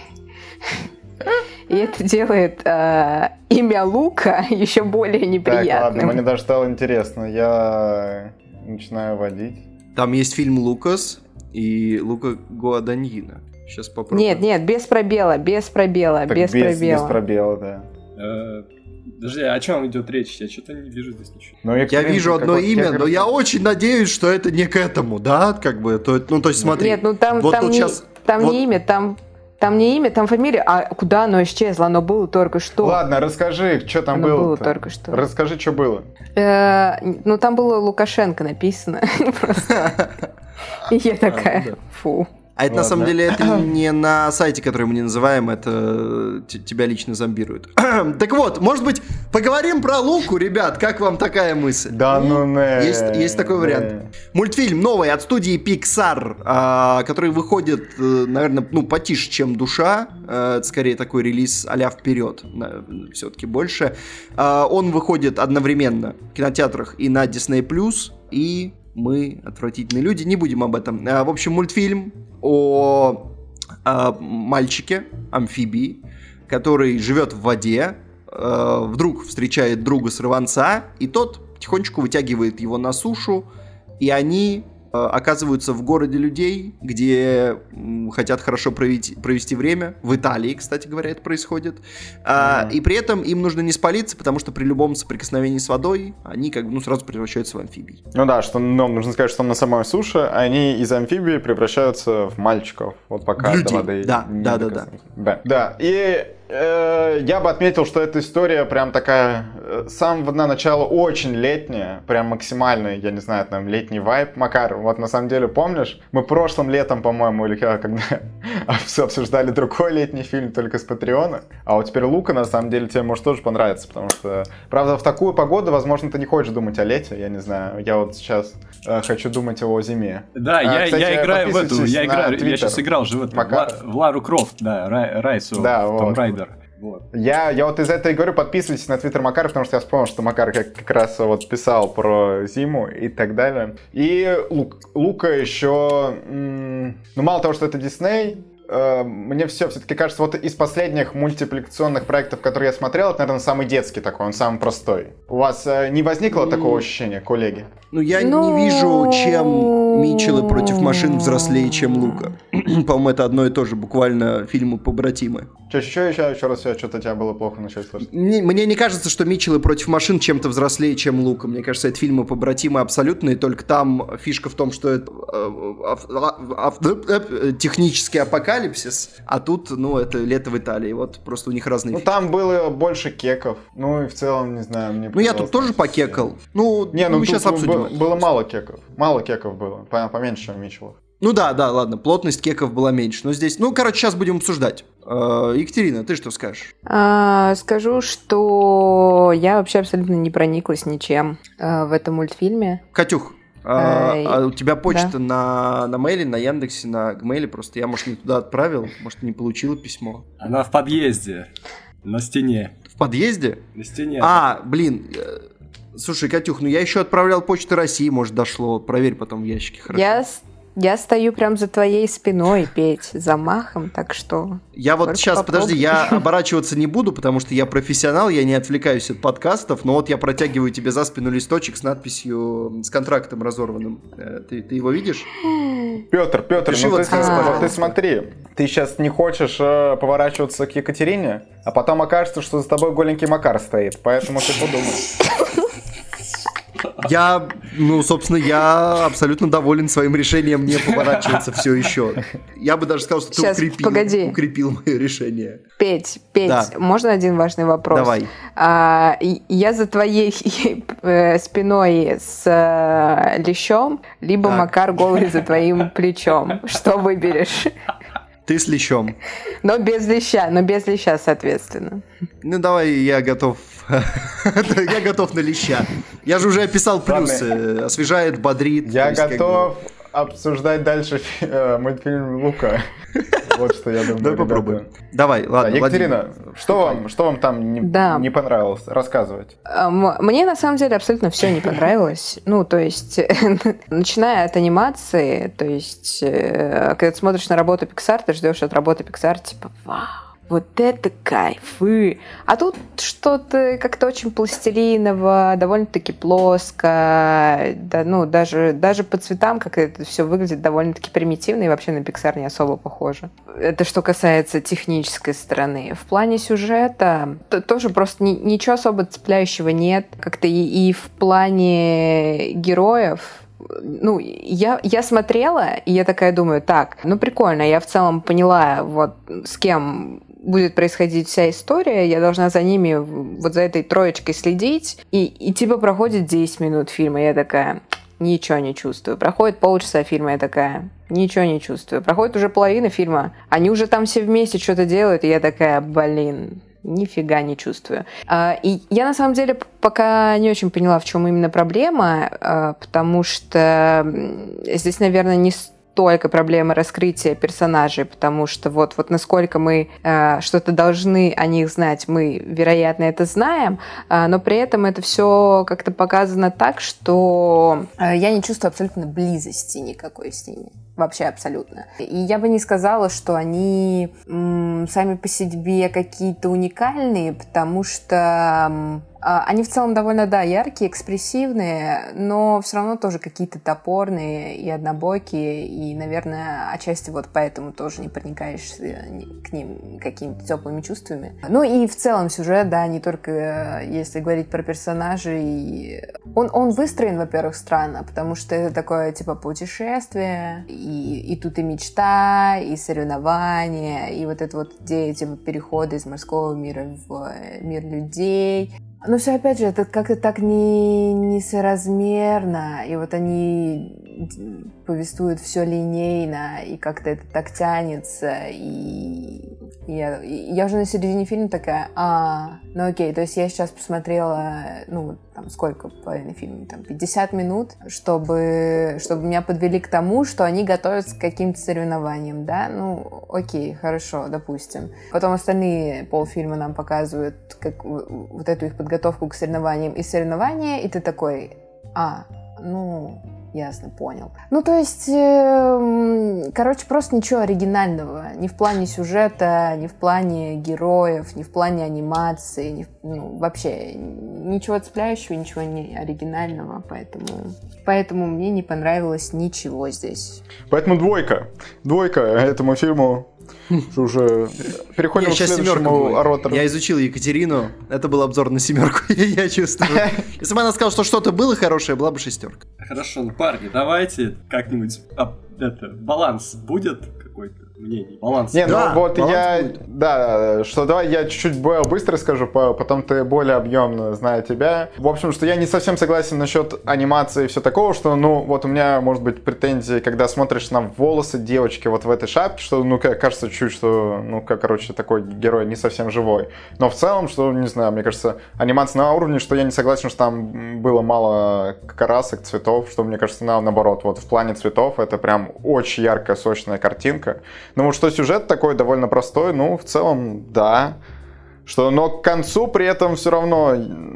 Speaker 4: И это делает а, имя Лука еще более
Speaker 3: Так, ладно,
Speaker 4: неприятным.
Speaker 3: мне даже стало интересно. Я начинаю водить.
Speaker 2: Там есть фильм «Лукас» и Лука Гуаданьина. Сейчас попробуем.
Speaker 4: Нет, нет, без пробела, без пробела,
Speaker 3: Так,
Speaker 4: без,
Speaker 3: без,
Speaker 4: пробела.
Speaker 3: без пробела, да.
Speaker 1: Э, Подожди, о чем идет речь? Я что-то не вижу здесь ничего.
Speaker 3: Ну,
Speaker 2: Я
Speaker 3: Екатерина,
Speaker 2: вижу одно
Speaker 3: какой-
Speaker 2: имя,
Speaker 3: как-
Speaker 2: но я очень надеюсь, что это не к этому, да, как бы, то, ну, то есть смотри.
Speaker 4: Нет, ну там,
Speaker 2: вот
Speaker 4: там,
Speaker 2: тут
Speaker 4: не,
Speaker 2: щас-
Speaker 4: там
Speaker 2: вот-
Speaker 4: не имя, там, Там не имя, там фамилия. А куда оно исчезло? Оно было только что.
Speaker 3: Ладно, расскажи, что там
Speaker 4: оно
Speaker 3: было.
Speaker 4: было только что.
Speaker 3: Расскажи, что было.
Speaker 4: Э, ну, там было Лукашенко написано. Просто. И я такая, фу.
Speaker 2: А это
Speaker 3: Ладно.
Speaker 2: на самом деле это не на сайте, который мы не называем, это т- тебя лично зомбируют. Так вот, может быть, поговорим про Луку, ребят, как вам такая мысль?
Speaker 3: Да ну не.
Speaker 2: Есть, есть такой вариант. Мультфильм новый от студии Pixar, а, который выходит, наверное, ну, потише, чем «Душа». Это скорее такой релиз а-ля вперед, все-таки больше. А, он выходит одновременно в кинотеатрах и на Disney+, и мы, отвратительные люди, не будем об этом. А, в общем, мультфильм о, о мальчике, амфибии, который живет в воде, э, вдруг встречает друга-сорванца, и тот потихонечку вытягивает его на сушу, и они э, оказываются в городе людей, где м, хотят хорошо провести, провести время. В Италии, кстати говоря, это происходит. А, mm-hmm. И при этом им нужно не спалиться, потому что при любом соприкосновении с водой они как бы ну, сразу превращаются в амфибий.
Speaker 3: Ну да, что ну, нужно сказать, что на самой суше они из амфибии превращаются в мальчиков. Вот пока
Speaker 2: Людей.
Speaker 3: до воды
Speaker 2: Да,
Speaker 3: не
Speaker 2: да, да, да.
Speaker 3: Да, да. И э, я бы отметил, что эта история прям такая э, с самого дна начала очень летняя, прям максимальный, я не знаю, там летний вайб. Макар, вот на самом деле помнишь, мы прошлым летом, по-моему, или когда обсуждали другой летний фильм только с Патреона, а вот теперь Лука, на самом деле, тебе может тоже понравится, потому что, правда, в такую погоду, возможно, ты не хочешь думать о лете, я не знаю, я вот сейчас э, хочу думать о зиме.
Speaker 1: Да, а, я, кстати, я играю в эту, я играю,
Speaker 3: Twitter.
Speaker 1: я сейчас играл же в, эту, в, в Лару Крофт, да, Рай, Райсу,
Speaker 3: да,
Speaker 1: Том
Speaker 3: вот.
Speaker 1: Райдер. Вот.
Speaker 3: Я, я вот из этого и говорю, подписывайтесь на твиттер Макара, потому что я вспомнил, что Макар как, как раз вот писал про зиму и так далее. И Лук, Лука еще, м- ну мало того, что это Дисней, э- мне все все-таки кажется, вот из последних мультипликационных проектов, которые я смотрел, это, наверное, самый детский такой, он самый простой. У вас э- не возникло mm. такого ощущения, коллеги?
Speaker 2: Ну, я
Speaker 4: Но...
Speaker 2: не вижу, чем Митчеллы против машин взрослее, чем Лука. По-моему, это одно и то же, буквально фильмы-побратимы.
Speaker 3: Че, еще, еще, еще раз, что-то у тебя было плохо начать слышать.
Speaker 2: Мне, мне не кажется, что Митчеллы против машин чем-то взрослее, чем Лука. Мне кажется, это фильмы-побратимы абсолютно, и только там фишка в том, что это технический апокалипсис, а тут, ну, это лето в Италии. Вот просто у них разные
Speaker 3: Ну,
Speaker 2: фишки.
Speaker 3: там было больше кеков. Ну, и в целом, не знаю, мне
Speaker 2: Ну, я тут тоже покекал. Ну,
Speaker 3: Не, ну
Speaker 2: мы сейчас обсудим.
Speaker 3: Было, было мало кеков. Мало кеков было. Поменьше, чем в Митчеллах.
Speaker 2: Ну да, да, ладно, плотность кеков была меньше. Но здесь, ну, короче, сейчас будем обсуждать. Э, Екатерина, ты что скажешь?
Speaker 4: А, скажу, что я вообще абсолютно не прониклась ничем а, в этом мультфильме.
Speaker 2: Катюх, а,
Speaker 4: Эй,
Speaker 2: а у тебя почта
Speaker 4: да.
Speaker 2: на, на мейле, на Яндексе, на Гмейле, просто я, может, не туда отправил, может, не получила письмо.
Speaker 1: Она в подъезде, на стене.
Speaker 2: В подъезде?
Speaker 1: На стене.
Speaker 2: А, блин, э, слушай, Катюх, ну я еще отправлял Почту России, может, дошло, проверь потом в ящике, хорошо?
Speaker 4: Я, я стою прям за твоей спиной, Петь, за махом, так что...
Speaker 2: Я вот
Speaker 4: Только
Speaker 2: сейчас,
Speaker 4: попробуй.
Speaker 2: подожди, я оборачиваться не буду, потому что я профессионал, я не отвлекаюсь от подкастов, но вот я протягиваю тебе за спину листочек с надписью, с контрактом разорванным. Ты, ты его видишь?
Speaker 3: Петр, Петр,
Speaker 2: Пиши
Speaker 3: ну
Speaker 2: вот
Speaker 3: ты,
Speaker 2: здесь,
Speaker 3: вот
Speaker 2: пожалуйста.
Speaker 3: ты смотри, ты сейчас не хочешь э, поворачиваться к Екатерине, а потом окажется, что за тобой голенький Макар стоит, поэтому ты подумай.
Speaker 2: Я, ну, собственно, я абсолютно доволен своим решением не поворачиваться все еще. Я бы даже сказал, что ты
Speaker 4: Сейчас,
Speaker 2: укрепил,
Speaker 4: погоди.
Speaker 2: укрепил мое решение.
Speaker 4: Петь, Петь,
Speaker 2: Да.
Speaker 4: можно один важный вопрос?
Speaker 2: Давай.
Speaker 4: А, и- я за твоей э, спиной с э, лещом, либо
Speaker 2: Так.
Speaker 4: Макар голый за твоим плечом. Что выберешь?
Speaker 2: Ты с лещом.
Speaker 4: Но без леща, но без леща, соответственно.
Speaker 2: Ну, давай, я готов. Я готов на леща. Я же уже описал плюсы. Освежает, бодрит.
Speaker 3: Я
Speaker 2: То есть, как
Speaker 3: готов обсуждать дальше фи- э, мультфильм Лука. Вот что я думаю.
Speaker 2: бы- Давай
Speaker 3: ребята.
Speaker 2: попробуем. Давай,
Speaker 3: Да,
Speaker 2: ладно,
Speaker 3: Екатерина,
Speaker 2: Владимир.
Speaker 3: что вам, что вам там не,
Speaker 4: Да.
Speaker 3: не понравилось? Рассказывать.
Speaker 4: М- Мне на самом деле абсолютно все не понравилось. Ну, то есть, начиная от анимации, то есть, э, когда ты смотришь на работу Pixar, ты ждешь от работы Pixar, типа, вау, вот это кайфы. А тут что-то как-то очень пластилиново, довольно-таки плоско. Да, ну, даже, даже по цветам как это все выглядит довольно-таки примитивно и вообще на Pixar не особо похоже. Это что касается технической стороны. В плане сюжета то- тоже просто ни- ничего особо цепляющего нет. Как-то и, и в плане героев ну, я, я смотрела, и я такая думаю, так, ну, прикольно, я в целом поняла, вот, с кем будет происходить вся история, я должна за ними, вот за этой троечкой следить, и, и типа проходит десять минут фильма, и я такая, ничего не чувствую. Проходит полчаса фильма, я такая, ничего не чувствую. Проходит уже половина фильма, они уже там все вместе что-то делают, и я такая, блин, нифига не чувствую. И я на самом деле пока не очень поняла, в чем именно проблема, потому что здесь, наверное, не только проблема раскрытия персонажей, потому что вот, вот насколько мы э, что-то должны о них знать, мы, вероятно, это знаем, э, но при этом это все как-то показано так, что э, я не чувствую абсолютно близости никакой с ними. Вообще абсолютно. И я бы не сказала, что они м, сами по себе какие-то уникальные, потому что м, они в целом довольно, да, яркие, экспрессивные, но все равно тоже какие-то топорные и однобокие, и, наверное, отчасти вот поэтому тоже не проникаешься к ним какими-то теплыми чувствами. Ну и в целом сюжет, да, не только если говорить про персонажей. Он, он выстроен, во-первых, странно, потому что это такое, типа, путешествие, и, и тут и мечта, и соревнования, и вот это вот идея, типа, перехода из морского мира в мир людей. Но все, опять же, это как-то так не, несоразмерно, и вот они повествуют все линейно, и как-то это так тянется, и я, я уже на середине фильма такая, а, ну окей, то есть я сейчас посмотрела, ну, там, сколько половины фильма, там, пятьдесят минут, чтобы, чтобы меня подвели к тому, что они готовятся к каким-то соревнованиям, да, ну, окей, хорошо, допустим. Потом остальные полфильма нам показывают как, вот эту их подготовку к соревнованиям и соревнования, и ты такой, а, ну... Ясно, понял. Ну, то есть, э, короче, просто ничего оригинального. Ни в плане сюжета, ни в плане героев, ни в плане анимации, ни в, ну, вообще ничего цепляющего, ничего не оригинального, поэтому, поэтому мне не понравилось ничего здесь.
Speaker 3: Поэтому двойка. Двойка этому фильму. Уже переходим
Speaker 2: Нет,
Speaker 3: к следующему оратору.
Speaker 2: Я изучил Екатерину. Это был обзор на семерку, я чувствую. Если бы она сказала, что что-то было хорошее, была бы шестерка.
Speaker 1: Хорошо, ну парни, давайте как-нибудь а, это, баланс будет какой-то мнений. Баланс.
Speaker 3: Не, ну
Speaker 2: да,
Speaker 3: вот
Speaker 2: баланс
Speaker 3: я,
Speaker 2: будет.
Speaker 3: да, что давай я чуть-чуть быстро скажу, потом ты более объемно, зная тебя. В общем, что я не совсем согласен насчет анимации и все такого, что, ну, вот у меня, может быть, претензии, когда смотришь на волосы девочки вот в этой шапке, что, ну, кажется чуть, что, ну, как, короче, такой герой не совсем живой. Но в целом, что, не знаю, мне кажется, анимация на уровне, что я не согласен, что там было мало красок, цветов, что, мне кажется, на, наоборот, вот в плане цветов это прям очень яркая, сочная картинка. Ну вот что сюжет такой довольно простой, ну в целом да. Что, но к концу при этом все равно,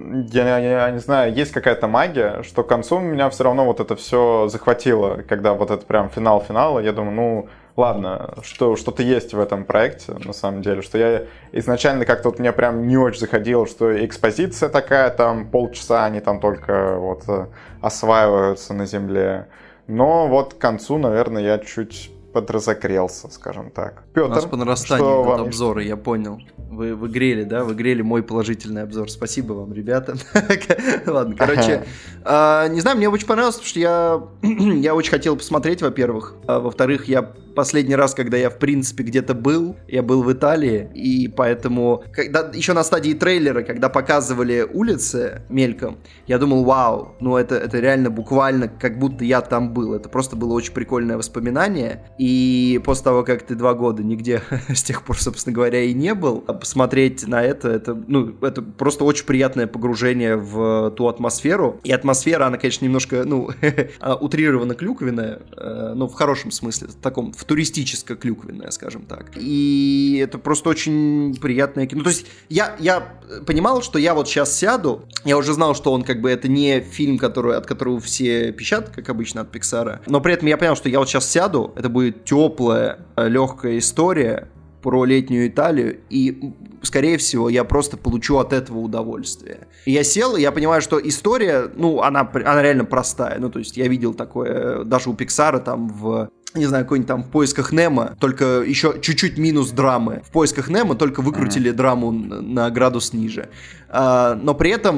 Speaker 3: я, я не знаю, есть какая-то магия, что к концу меня все равно вот это все захватило, когда вот это прям финал финала, я думаю, ну ладно, что, что-то есть в этом проекте на самом деле, что я изначально как-то вот мне прям не очень заходило, что экспозиция такая, там полчаса они там только вот осваиваются на земле, но вот к концу, наверное, я чуть подразогрелся, скажем так. Петр,
Speaker 2: у нас по нарастанию
Speaker 3: что
Speaker 2: идут
Speaker 3: вам...
Speaker 2: обзоры, я понял. Вы, вы грели, да? Вы грели мой положительный обзор. Спасибо вам, ребята. Ладно, короче, не знаю, мне очень понравилось, потому что я я очень хотел посмотреть, во-первых. Во-вторых, я последний раз, когда я, в принципе, где-то был, я был в Италии, и поэтому, когда, еще на стадии трейлера, когда показывали улицы мельком, я думал, вау, ну это, это реально буквально как будто я там был. Это просто было очень прикольное воспоминание, и после того, как ты два года нигде с тех пор, собственно говоря, и не был, посмотреть на это, это, ну, это просто очень приятное погружение в ту атмосферу, и атмосфера, она, конечно, немножко, ну, утрированно клюквенная, но в хорошем смысле, в таком в туристическо-клюквенное, скажем так. И это просто очень приятное кино. Ну, то есть я, я понимал, что я вот сейчас сяду, я уже знал, что он как бы это не фильм, который, от которого все пищат, как обычно от Пиксара, но при этом я понял, что я вот сейчас сяду, это будет теплая, легкая история про летнюю Италию, и, скорее всего, я просто получу от этого удовольствие. И я сел, и я понимаю, что история, ну, она, она реально простая. Ну, то есть я видел такое даже у Пиксара там в... не знаю, какой-нибудь там «В поисках Немо», только еще чуть-чуть минус драмы. «В поисках Немо» только выкрутили mm-hmm. драму на градус ниже. А, но при этом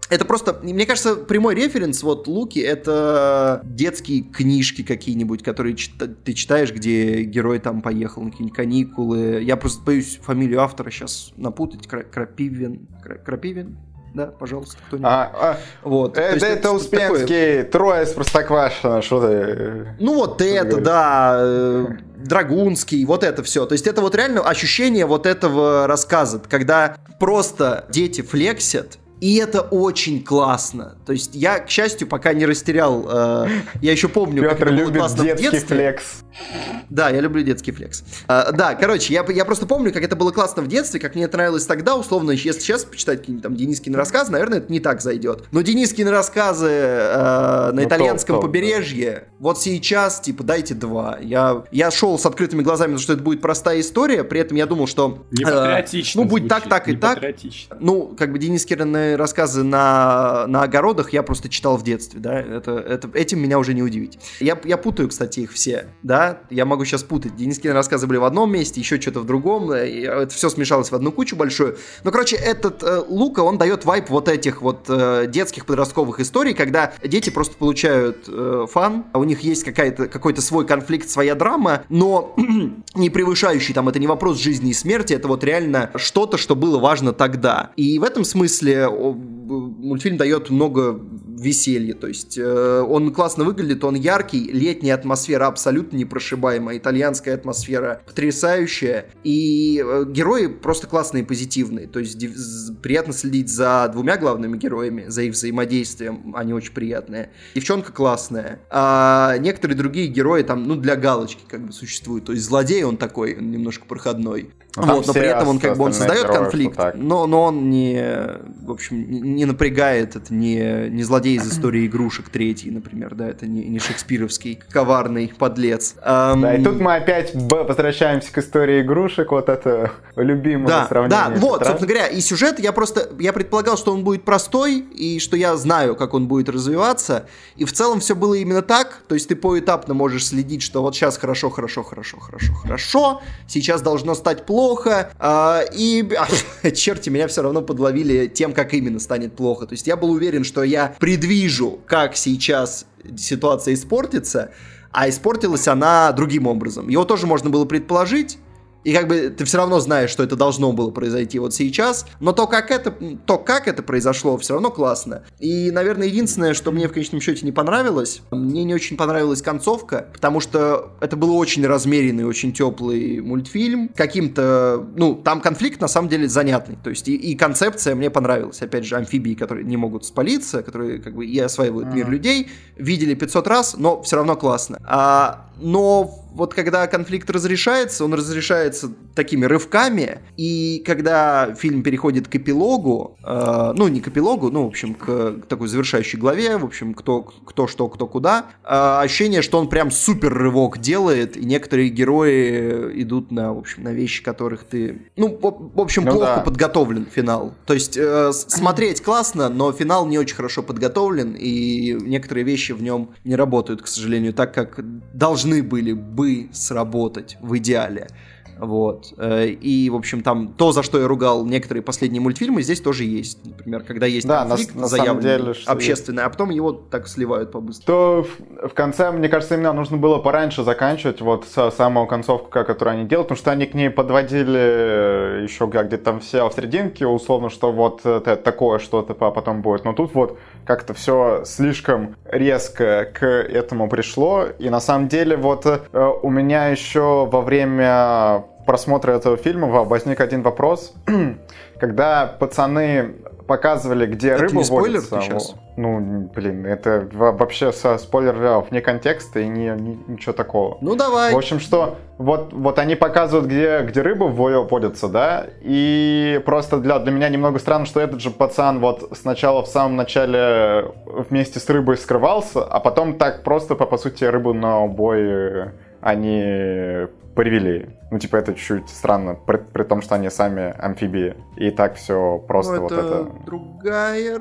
Speaker 2: Это просто, мне кажется, прямой референс, вот Луки, это детские книжки какие-нибудь, которые чита- ты читаешь, где герой там поехал на какие-нибудь каникулы. Я просто боюсь фамилию автора сейчас напутать. Крапивин. Крапивин? Да, пожалуйста, кто-нибудь.
Speaker 3: А, а,
Speaker 2: вот.
Speaker 3: Это,
Speaker 2: есть,
Speaker 3: это Успенский, такое... Трое из Простоквашино, что ты...
Speaker 2: Ну вот что это, ты да, э, Драгунский, вот это все. То есть это вот реально ощущение вот этого рассказа, когда просто дети флексят, и это очень классно. То есть я, к счастью, пока не растерял... Э, я еще помню,
Speaker 3: Петр
Speaker 2: как это было классно в детстве.
Speaker 3: Петр любит детский флекс.
Speaker 2: Да, я люблю детский флекс. А, да, короче, я, я просто помню, как это было классно в детстве, как мне это нравилось тогда, условно, если сейчас почитать какие-нибудь там Денискины рассказы, наверное, это не так зайдет. Но Денискины рассказы э, на ну, итальянском топ, топ, побережье, да. Вот сейчас, типа, дайте два. Я, я шел с открытыми глазами, потому что это будет простая история, при этом я думал, что...
Speaker 1: Не патриотично.
Speaker 2: Э, ну, будет так, так и так. Ну, как бы Денискины рассказы на, на огородах я просто читал в детстве, да, это, это, этим меня уже не удивить. Я, я путаю, кстати, их все, да, я могу сейчас путать. Денискины рассказы были в одном месте, еще что-то в другом, это все смешалось в одну кучу большую. Но, короче, этот э, Лука, он дает вайб вот этих вот э, детских подростковых историй, когда дети просто получают э, фан, а у них есть какая-то, какой-то свой конфликт, своя драма, но не превышающий, там, это не вопрос жизни и смерти, это вот реально что-то, что было важно тогда. И в этом смысле мультфильм дает много веселья, то есть э, он классно выглядит, он яркий, летняя атмосфера абсолютно непрошибаемая, итальянская атмосфера потрясающая, и э, герои просто классные и позитивные, то есть див- приятно следить за двумя главными героями, за их взаимодействием, они очень приятные. Девчонка классная, а некоторые другие герои там, ну, для галочки как бы существуют, то есть злодей он такой, он немножко проходной. Вот, но при этом он как бы он создает конфликт, но, но он не, в общем, не напрягает, это не, не злодей из истории игрушек третий, например, да, это не, не шекспировский коварный подлец. Um...
Speaker 3: Да, и тут мы опять возвращаемся к истории игрушек, вот это любимое
Speaker 2: да,
Speaker 3: сравнение.
Speaker 2: Да, вот, собственно говоря, и сюжет, я просто, я предполагал, что он будет простой, и что я знаю, как он будет развиваться, и в целом все было именно так, то есть ты поэтапно можешь следить, что вот сейчас хорошо, хорошо, хорошо, хорошо, хорошо, сейчас должно стать плохо, а, и, а, черти, меня все равно подловили тем, как именно станет плохо, то есть я был уверен, что я предвижу, как сейчас ситуация испортится, а испортилась она другим образом. Его тоже можно было предположить, и как бы ты все равно знаешь, что это должно было произойти вот сейчас, но то, как это, то, как это произошло, все равно классно. И, наверное, единственное, что мне в конечном счете не понравилось, мне не очень понравилась концовка, потому что это был очень размеренный, очень теплый мультфильм. Каким-то, ну, там конфликт на самом деле занятный, то есть и, и концепция мне понравилась. Опять же, амфибии, которые не могут спалиться, которые как бы и осваивают mm-hmm. мир людей, видели пятьсот раз, но все равно классно. А, но вот когда конфликт разрешается, он разрешается такими рывками, и когда фильм переходит к эпилогу, э, ну, не к эпилогу, ну, в общем, к, к такой завершающей главе, в общем, кто, кто что, кто куда, э, ощущение, что он прям супер рывок делает, и некоторые герои идут на, в общем, на вещи, которых ты... Ну, в, в общем, ну, плохо да. подготовлен финал. То есть э, смотреть классно, но финал не очень хорошо подготовлен, и некоторые вещи в нем не работают, к сожалению, так, как должны были бы сработать в идеале. Вот. И, в общем, там то, за что я ругал некоторые последние мультфильмы, здесь тоже есть. Например, когда есть
Speaker 3: да,
Speaker 2: конфликт
Speaker 3: на, на
Speaker 2: заявленный, общественный, а потом его так сливают по-быстрому.
Speaker 3: То в, в конце, мне кажется, именно нужно было пораньше заканчивать вот с самую концовку, которую они делают, потому что они к ней подводили еще где-то там все в серединке, условно, что вот это, такое что-то потом будет. Но тут вот как-то все слишком резко к этому пришло. И на самом деле вот у меня еще во время просмотра этого фильма возник один вопрос. Когда пацаны показывали, где это рыба водится...
Speaker 2: Сейчас?
Speaker 3: Ну, блин, это вообще со спойлер вне контекста и не, не, ничего такого.
Speaker 2: Ну, давай.
Speaker 3: В общем, что вот, вот они показывают, где, где рыба водится, да, и просто для, для меня немного странно, что этот же пацан вот сначала в самом начале вместе с рыбой скрывался, а потом так просто, по, по сути, рыбу на убой они привели. Ну, типа, это чуть-чуть странно, при, при том, что они сами амфибии. И так все просто
Speaker 2: Ну,
Speaker 3: вот
Speaker 2: это
Speaker 3: это...
Speaker 2: другая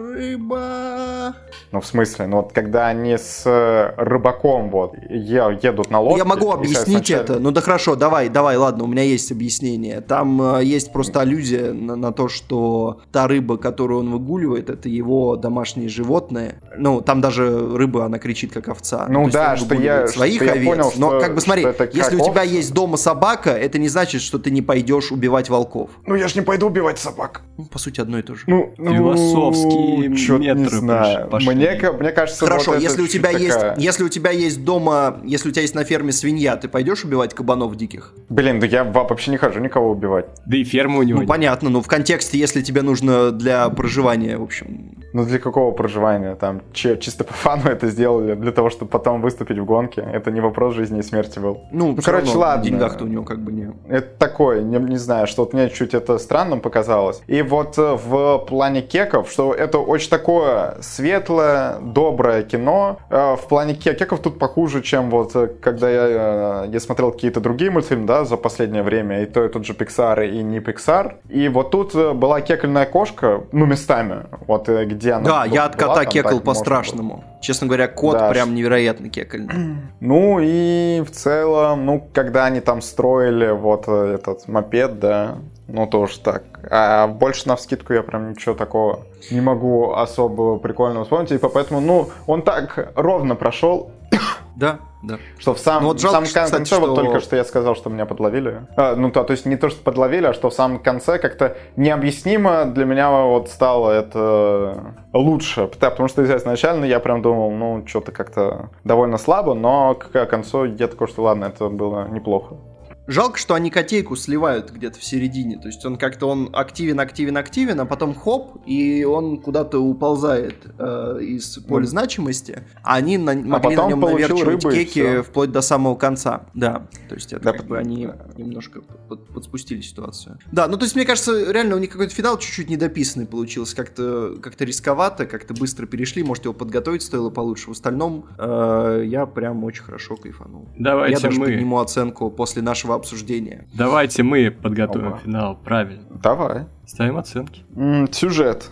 Speaker 2: рыба.
Speaker 3: Ну, в смысле? Ну, вот когда они с рыбаком вот е- едут на лодке...
Speaker 2: Я могу
Speaker 3: и
Speaker 2: объяснить
Speaker 3: сначала...
Speaker 2: это. Ну да хорошо, давай, давай, ладно, у меня есть объяснение. Там э, есть просто аллюзия на, на то, что та рыба, которую он выгуливает, это его домашние животные. Ну, там даже рыба, она кричит, как овца.
Speaker 3: Ну
Speaker 2: то
Speaker 3: да,
Speaker 2: есть он
Speaker 3: что я,
Speaker 2: выгуливает своих
Speaker 3: что я
Speaker 2: овец.
Speaker 3: понял,
Speaker 2: Но
Speaker 3: что,
Speaker 2: как бы смотри,
Speaker 3: что это
Speaker 2: если
Speaker 3: как
Speaker 2: у тебя
Speaker 3: овцы.
Speaker 2: есть дома собака, это не значит, что ты не пойдешь убивать волков.
Speaker 3: Ну, я ж не пойду убивать собак.
Speaker 2: Ну, по сути, одно и то же.
Speaker 3: Ну,
Speaker 1: Философские
Speaker 3: ну, чё-то не
Speaker 1: метры
Speaker 3: знаю.
Speaker 1: пошли.
Speaker 3: Мне, ка- мне кажется,
Speaker 2: Хорошо,
Speaker 3: вот это
Speaker 2: если у тебя
Speaker 3: чуть
Speaker 2: есть,
Speaker 3: такая-
Speaker 2: если у тебя есть дома, если у тебя есть на ферме свинья, ты пойдешь убивать кабанов диких?
Speaker 3: Блин, да я вообще не хожу никого убивать.
Speaker 1: Да и ферма у него
Speaker 2: Ну,
Speaker 1: нет.
Speaker 2: понятно, но в контексте, если тебе нужно для проживания, в общем...
Speaker 3: Ну, для какого проживания? Там че- чисто по фану это сделали, для того, чтобы потом выступить в гонке. Это не вопрос жизни и смерти был.
Speaker 2: Ну,
Speaker 3: Ну,
Speaker 2: всё
Speaker 3: короче,
Speaker 2: равно,
Speaker 3: ладно.
Speaker 2: в деньгах-то у него как бы не...
Speaker 3: Это такое, не, не знаю, что вот мне чуть это странным показалось. И вот э, в плане кеков, что это очень такое светлое, доброе кино. Э, в плане ке- кеков тут похуже, чем вот э, когда я, э, я смотрел какие-то другие мультфильмы, да, за последнее время, и то, и тот же Pixar, и не Pixar. И вот тут э, была кекольная кошка, ну, местами, вот э, где она
Speaker 2: Да,
Speaker 3: б-
Speaker 2: я от
Speaker 3: была,
Speaker 2: кота
Speaker 3: там
Speaker 2: кекал
Speaker 3: так можно
Speaker 2: по-страшному. Честно говоря, кот
Speaker 3: Да,
Speaker 2: прям
Speaker 3: ш-
Speaker 2: невероятно кекальный.
Speaker 3: Ну и в целом, ну, когда они там строили вот э, этот мопед, да, ну тоже так. А больше навскидку я прям ничего такого не могу особо прикольного вспомнить. И поэтому, ну, он так ровно прошел,
Speaker 2: Да, да.
Speaker 3: что в самом,
Speaker 2: Ну вот
Speaker 3: в
Speaker 2: жалко,
Speaker 3: самом
Speaker 2: что,
Speaker 3: конце,
Speaker 2: кстати,
Speaker 3: вот
Speaker 2: что-
Speaker 3: только что я сказал, что меня подловили. А, ну, то, то есть не то, что подловили, а что в самом конце как-то необъяснимо для меня вот стало это лучше. Потому что изначально я прям думал, ну, что-то как-то довольно слабо, но к концу я такой, что ладно, это было неплохо.
Speaker 2: Жалко, что они котейку сливают где-то в середине. То есть он как-то он активен, активен, активен, а потом хоп, и он куда-то уползает э, из поля
Speaker 3: Ну.
Speaker 2: значимости. А они на- могли на
Speaker 3: потом
Speaker 2: нем
Speaker 3: получил
Speaker 2: наверчивать
Speaker 3: рыбу, и
Speaker 2: кеки
Speaker 3: всё.
Speaker 2: вплоть до самого конца. Да, то есть это
Speaker 3: Да,
Speaker 2: как
Speaker 3: п-
Speaker 2: бы они немножко под- подспустили ситуацию. Да, ну то есть мне кажется, реально у них какой-то финал чуть-чуть недописанный получился. Как-то как-то рисковато, как-то быстро перешли. Может, его подготовить стоило получше. В остальном э, я прям очень хорошо кайфанул.
Speaker 1: Давайте
Speaker 2: Я даже
Speaker 1: мы,
Speaker 2: подниму оценку после нашего обсуждения.
Speaker 1: давайте мы подготовим
Speaker 3: Опа.
Speaker 1: финал правильно.
Speaker 3: Давай.
Speaker 1: Ставим оценки.
Speaker 3: М, Сюжет.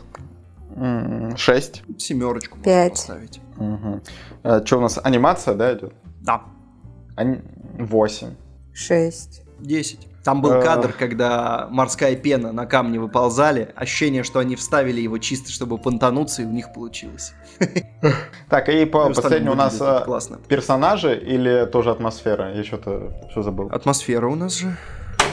Speaker 3: М, Шесть.
Speaker 2: Семерочку можно
Speaker 4: Пять.
Speaker 2: поставить.
Speaker 3: Что у нас, анимация, да, идет?
Speaker 2: Да.
Speaker 3: Ани- Восемь.
Speaker 4: Шесть.
Speaker 2: Десять. Там был
Speaker 3: Э.
Speaker 2: кадр, когда морская пена на камне выползали. Ощущение, что они вставили его чисто, чтобы понтануться, и у них получилось.
Speaker 3: Так, и по
Speaker 2: И остальное
Speaker 3: последнему у нас
Speaker 2: выглядит
Speaker 3: э,
Speaker 2: классно.
Speaker 3: персонажи или тоже атмосфера? Я что-то все забыл.
Speaker 2: Атмосфера у нас же.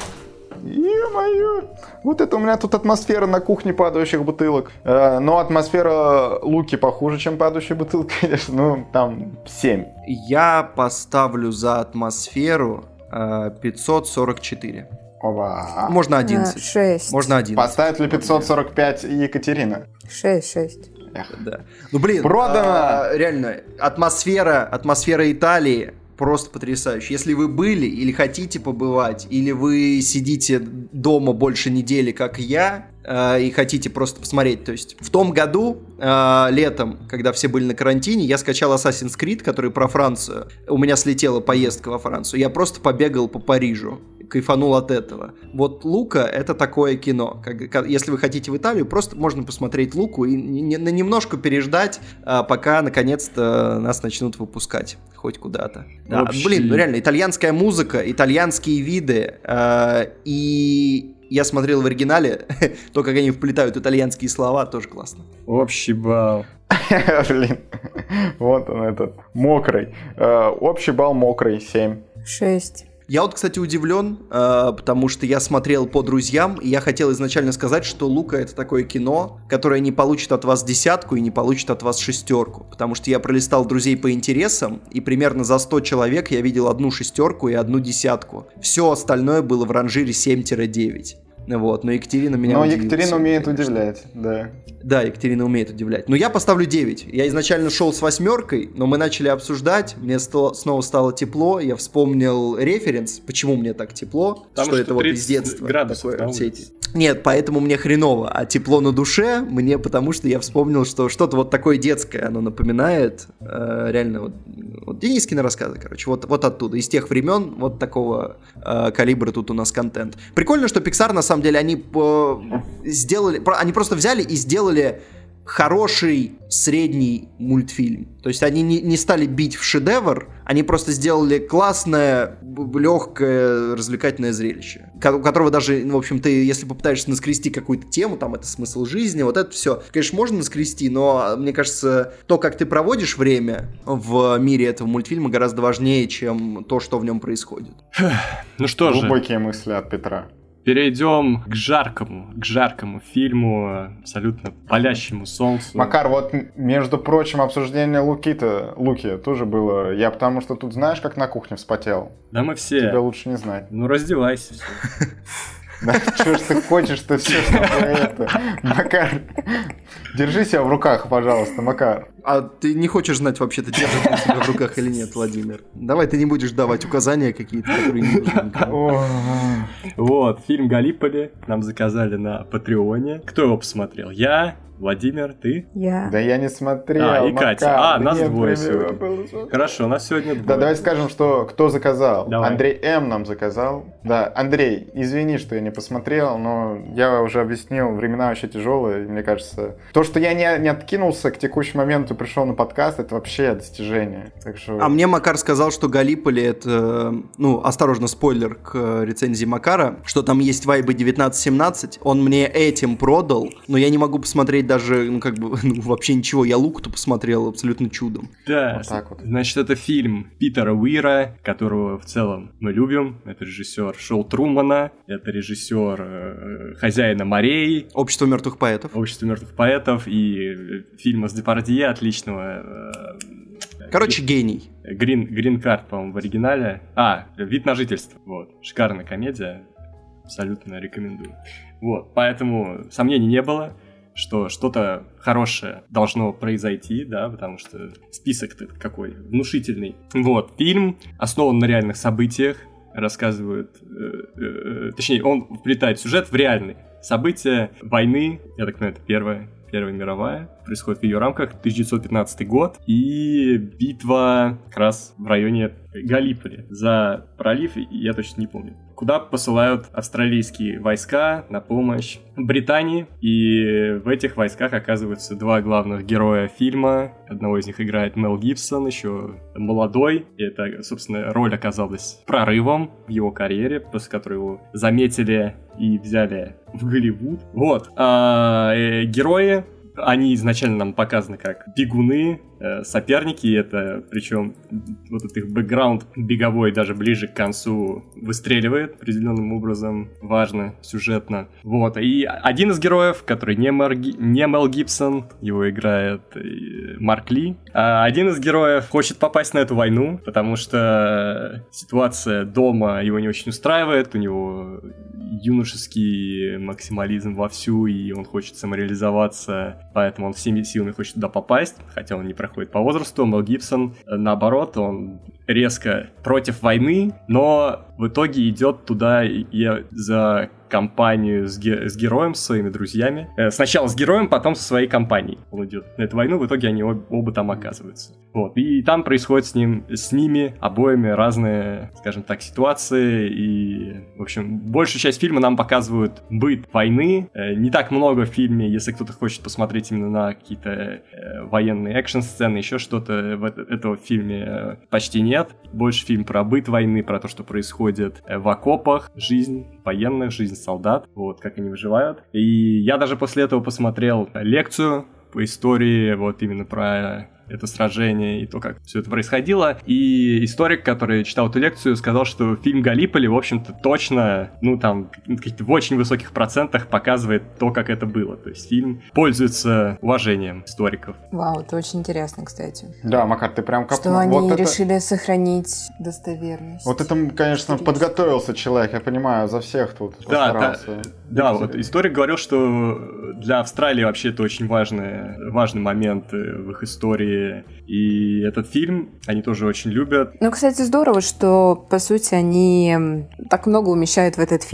Speaker 3: Е-мое! Вот это у меня тут атмосфера на кухне падающих бутылок. Э, но атмосфера Луки похуже, чем падающие бутылки, конечно. Ну, там семь.
Speaker 2: Я поставлю за атмосферу э, пятьсот сорок четыре.
Speaker 3: Оба.
Speaker 2: Можно
Speaker 4: А,
Speaker 2: одиннадцать.
Speaker 4: Шесть.
Speaker 2: Можно одиннадцать.
Speaker 3: Поставит ли пятьсот сорок пять Екатерина?
Speaker 4: Шесть, шесть.
Speaker 2: Да. Ну блин,
Speaker 3: Продано!
Speaker 2: а, реально, атмосфера, атмосфера Италии просто потрясающая. Если вы были или хотите побывать, или вы сидите дома больше недели, как я, э, и хотите просто посмотреть, то есть в том году, э, летом, когда все были на карантине, я скачал Assassin's Creed, который про Францию. У меня слетела поездка во Францию. Я просто побегал по Парижу. Кайфанул от этого. Вот Лука — это такое кино. Как, как- если вы хотите в Италию, просто можно посмотреть Луку и не- не- на немножко переждать, а, пока наконец-то нас начнут выпускать хоть куда-то. Да,
Speaker 1: Вообще-
Speaker 2: блин, ну реально, итальянская музыка, итальянские виды, а, и я смотрел в оригинале, то, как они вплетают итальянские слова, тоже классно.
Speaker 1: Общий балл.
Speaker 3: Блин. Вот он этот. Мокрый. Э, Общий балл мокрый. семь.
Speaker 4: Шесть.
Speaker 2: Я вот, кстати, удивлен, э, потому что я смотрел по друзьям, и я хотел изначально сказать, что Лука — это такое кино, которое не получит от вас десятку и не получит от вас шестерку, потому что я пролистал друзей по интересам, и примерно за сто человек я видел одну шестерку и одну десятку. Все остальное было в ранжире семь-девять. Вот, но Екатерина меня
Speaker 3: Но
Speaker 2: удивила
Speaker 3: Екатерина
Speaker 2: сегодня,
Speaker 3: умеет
Speaker 2: конечно.
Speaker 3: удивлять, да.
Speaker 2: Да, Екатерина умеет удивлять. Но я поставлю девять. Я изначально шел с восьмеркой, но мы начали обсуждать, мне стало- снова стало тепло, я вспомнил референс, почему мне так тепло,
Speaker 1: Потому
Speaker 2: что
Speaker 1: что
Speaker 2: это вот из
Speaker 1: тридцать
Speaker 2: детства.
Speaker 1: градусов
Speaker 2: такое,
Speaker 1: на
Speaker 2: все
Speaker 1: улице.
Speaker 2: эти Нет, поэтому мне хреново, а тепло на душе мне потому, что я вспомнил, что что-то вот такое детское оно напоминает, э, реально вот, вот Денискины рассказы, короче, вот, вот оттуда, из тех времен вот такого э, калибра тут у нас контент. Прикольно, что Pixar на самом деле они э, сделали, они просто взяли и сделали хороший средний мультфильм. То есть они не, не стали бить в шедевр, они просто сделали классное, легкое, развлекательное зрелище, у которого даже, ну, в общем, ты, если попытаешься наскрести какую-то тему, там, это смысл жизни, вот это все, конечно, можно наскрести, но, мне кажется, то, как ты проводишь время в мире этого мультфильма, гораздо важнее, чем то, что в нем происходит.
Speaker 1: Ну что же.
Speaker 3: Глубокие мысли от Петра.
Speaker 1: Перейдем к жаркому, к жаркому фильму, абсолютно палящему солнцу.
Speaker 3: Макар, вот, между прочим, обсуждение Луки-то, Луки тоже было. Я потому что тут, знаешь, как на кухне вспотел?
Speaker 1: Да мы все.
Speaker 3: Тебе лучше не знать.
Speaker 1: Ну, раздевайся.
Speaker 3: Да что ж ты хочешь, ты все, чтобы это... Макар, держи себя в руках, пожалуйста, Макар.
Speaker 2: А ты не хочешь знать, вообще-то, держишь он себя в руках или нет, Владимир? Давай ты не будешь давать указания какие-то, которые не нужны никому.
Speaker 1: Вот, фильм «Галлиполи» нам заказали на Патреоне. Кто его посмотрел? Я, Владимир, ты?
Speaker 4: Я.
Speaker 3: Да я не смотрел,
Speaker 1: А, и
Speaker 3: Макар.
Speaker 1: Катя. А,
Speaker 3: Да
Speaker 1: нас
Speaker 3: нет,
Speaker 1: двое
Speaker 3: примерно
Speaker 1: сегодня.
Speaker 3: было.
Speaker 1: Хорошо, у нас сегодня двое.
Speaker 3: Да, давай скажем, что кто заказал.
Speaker 1: Давай.
Speaker 3: Андрей М. нам заказал. Да, Андрей, извини, что я не посмотрел, но я уже объяснил, времена вообще тяжелые, и мне кажется. То, что я не, не откинулся к текущему моменту и пришел на подкаст, это вообще достижение. Так что...
Speaker 2: А мне Макар сказал, что «Галлиполи» — это, ну, осторожно, спойлер к рецензии Макара, что там есть вайбы девятнадцать семнадцать, он мне этим продал, но я не могу посмотреть даже, ну, как бы, ну, вообще ничего, я «Луку»-то посмотрел абсолютно чудом.
Speaker 1: Да,
Speaker 3: Вот так вот.
Speaker 1: Значит, это фильм Питера Уира, которого в целом мы любим. Это режиссер Шоу Трумана, это режиссер э, «Хозяина морей»,
Speaker 2: «Общество мертвых поэтов».
Speaker 1: «Общество мертвых поэтов» и фильма с Депардье отличного. Э,
Speaker 2: Короче, гений.
Speaker 1: Грин, Грин Карт, по-моему, в оригинале. А, «Вид на жительство». Вот. Шикарная комедия. Абсолютно рекомендую. Вот. Поэтому сомнений не было, что что-то хорошее должно произойти, да, потому что список-то какой внушительный. Вот. Фильм основан на реальных событиях, рассказывает, э, э, точнее, он вплетает сюжет в реальные события войны, я так понимаю, это первая, Первая мировая, происходит в ее рамках, тысяча девятьсот пятнадцатый год, и битва как раз в районе Галлиполи за пролив, я точно не помню, куда посылают австралийские войска на помощь Британии, и в этих войсках оказываются два главных героя фильма, одного из них играет Мел Гибсон, еще молодой, и это, собственно, роль оказалась прорывом в его карьере, после которой его заметили и взяли в Голливуд. Вот, а, э, герои, они изначально нам показаны как бегуны, э, соперники, это, причем вот этот их бэкграунд беговой даже ближе к концу выстреливает определенным образом, важно, сюжетно. Вот, и один из героев, который не, Мэр, не Мел Гибсон, его играет э, Марк Ли, а один из героев хочет попасть на эту войну, потому что ситуация дома его не очень устраивает, у него юношеский максимализм вовсю, и он хочет самореализоваться, поэтому он всеми силами хочет туда попасть, хотя он не проходит по возрасту. Мел Гибсон, наоборот, он резко против войны, но в итоге идет туда и, и за компанию с, ге- с героем, с своими друзьями. Э, сначала с героем, потом со своей компанией. Он идет на эту войну, в итоге они об- оба там оказываются. Вот. И там происходят с, ним, с ними обоими разные, скажем так, ситуации. И, в общем, большую часть фильма нам показывают быт войны. Э, не так много в фильме, если кто-то хочет посмотреть именно на какие-то э, военные экшн-сцены, еще что-то в это, этого в фильме э, почти нет. Больше фильм про быт войны, про то, что происходит э, в окопах, жизнь военных, жизнь солдат, вот, как они выживают. И я даже после этого посмотрел лекцию по истории, вот именно про это сражение и то, как все это происходило. И историк, который читал эту лекцию, сказал, что фильм «Галлиполи», в общем-то, точно, ну, там, в очень высоких процентах показывает то, как это было. То есть фильм пользуется уважением историков.
Speaker 4: Вау, это очень интересно, кстати.
Speaker 3: Да, Макар, ты прям копнул.
Speaker 4: Что они
Speaker 3: вот
Speaker 4: решили
Speaker 3: это...
Speaker 4: сохранить достоверность.
Speaker 3: Вот это, конечно, подготовился человек, я понимаю, за всех тут
Speaker 1: да,
Speaker 3: постарался.
Speaker 1: Да, да, вот историк говорил, что для Австралии вообще это очень важный, важный момент в их истории. И этот фильм они тоже очень любят.
Speaker 4: Ну, кстати, здорово, что, по сути, они так много умещают в этот фильм.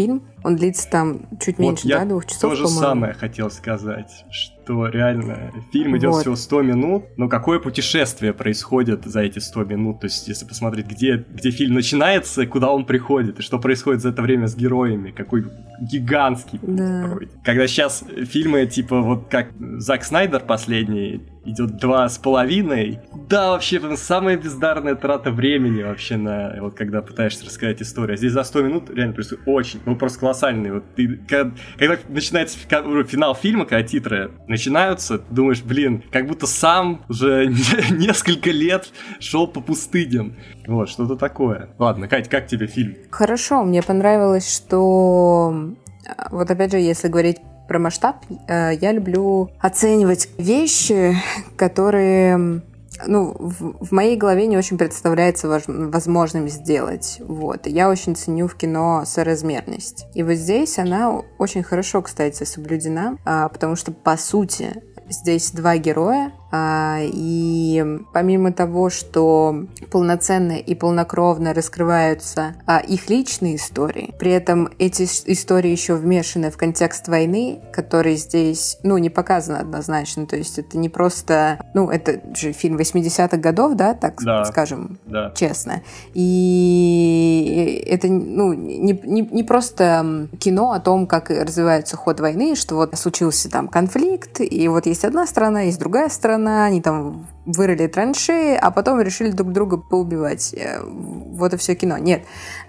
Speaker 4: Он длится там чуть
Speaker 1: вот
Speaker 4: меньше, да, двух часов,
Speaker 1: то же
Speaker 4: по-моему.
Speaker 1: самое хотел сказать, что реально фильм идет
Speaker 4: Вот.
Speaker 1: всего сто минут, но какое путешествие происходит за эти сто минут, то есть если посмотреть, где, где фильм начинается, куда он приходит, и что происходит за это время с героями, какой гигантский путь
Speaker 4: Да.
Speaker 1: пройден. Когда сейчас фильмы типа вот как Зак Снайдер последний, идет два с половиной. Да, вообще, прям самая бездарная трата времени вообще на... Вот когда пытаешься рассказать историю. А здесь за сто минут реально происходит очень... Ну, просто колоссальный. Вот ты... Когда, когда начинается финал фильма, когда титры начинаются, думаешь, блин, как будто сам уже несколько лет шел по пустыням. Вот, что-то такое. Ладно, Кать, как тебе фильм?
Speaker 4: Хорошо, мне понравилось, что... Вот опять же, если говорить про масштаб, я люблю оценивать вещи, которые, ну, в, в моей голове не очень представляется вож- возможным сделать. Вот. Я очень ценю в кино соразмерность. И вот здесь она очень хорошо, кстати, соблюдена, потому что, по сути, здесь два героя, и помимо того, что полноценно и полнокровно раскрываются их личные истории, при этом эти истории еще вмешаны в контекст войны, который здесь, ну, не показан однозначно, то есть это не просто, ну, это же фильм восьмидесятых годов, да, так
Speaker 1: да,
Speaker 4: скажем,
Speaker 1: да.
Speaker 4: честно, и это, ну, не, не, не просто кино о том, как развивается ход войны, что вот случился там конфликт, и вот есть одна страна, есть другая страна, они там вырыли траншеи, а потом решили друг друга поубивать. Вот и все кино. Нет.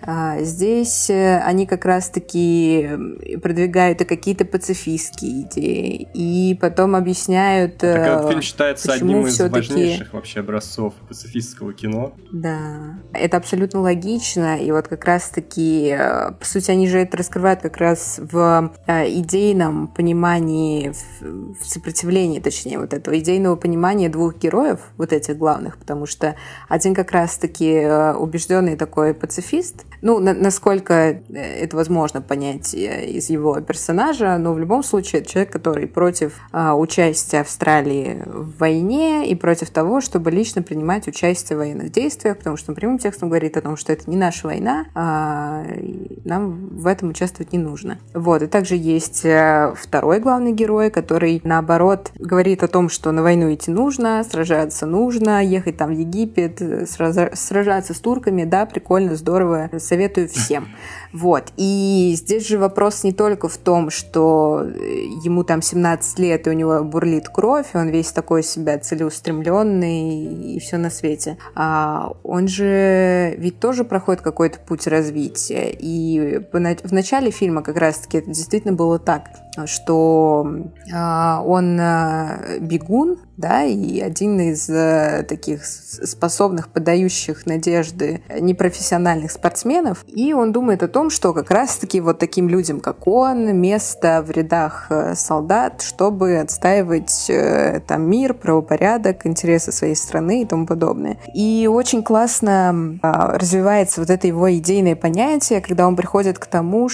Speaker 4: Здесь они как раз-таки продвигают и какие-то пацифистские идеи, и потом объясняют,
Speaker 1: так этот фильм считается одним из
Speaker 4: все-таки...
Speaker 1: важнейших вообще образцов пацифистского кино.
Speaker 4: Да. Это абсолютно логично, и вот как раз-таки, по сути, они же это раскрывают как раз в идейном понимании, в сопротивлении, точнее, вот этого идейного понимания двух героев, вот этих главных, потому что один как раз-таки убежденный такой пацифист, ну, на- насколько это возможно понять из его персонажа, но в любом случае это человек, который против а, участия Австралии в войне и против того, чтобы лично принимать участие в военных действиях, потому что он прямым текстом говорит о том, что это не наша война, а нам в этом участвовать не нужно. Вот, и также есть второй главный герой, который, наоборот, говорит о том, что на войну идти нужно, сражаться нужно, ехать там в Египет, сраза- сражаться с турками, да, прикольно, здорово, советую всем. Вот. И здесь же вопрос не только в том, что ему там семнадцать лет, и у него бурлит кровь, и он весь такой себя целеустремленный, и все на свете. А он же ведь тоже проходит какой-то путь развития. И в начале фильма как раз-таки это действительно было так, что он бегун, да, и один из таких способных, подающих надежды непрофессиональных спортсменов, и он думает о том, что как раз-таки вот таким людям, как он, место в рядах солдат, чтобы отстаивать там мир, правопорядок, интересы своей страны и тому подобное. И очень классно развивается вот это его идейное понятие, когда он приходит к тому,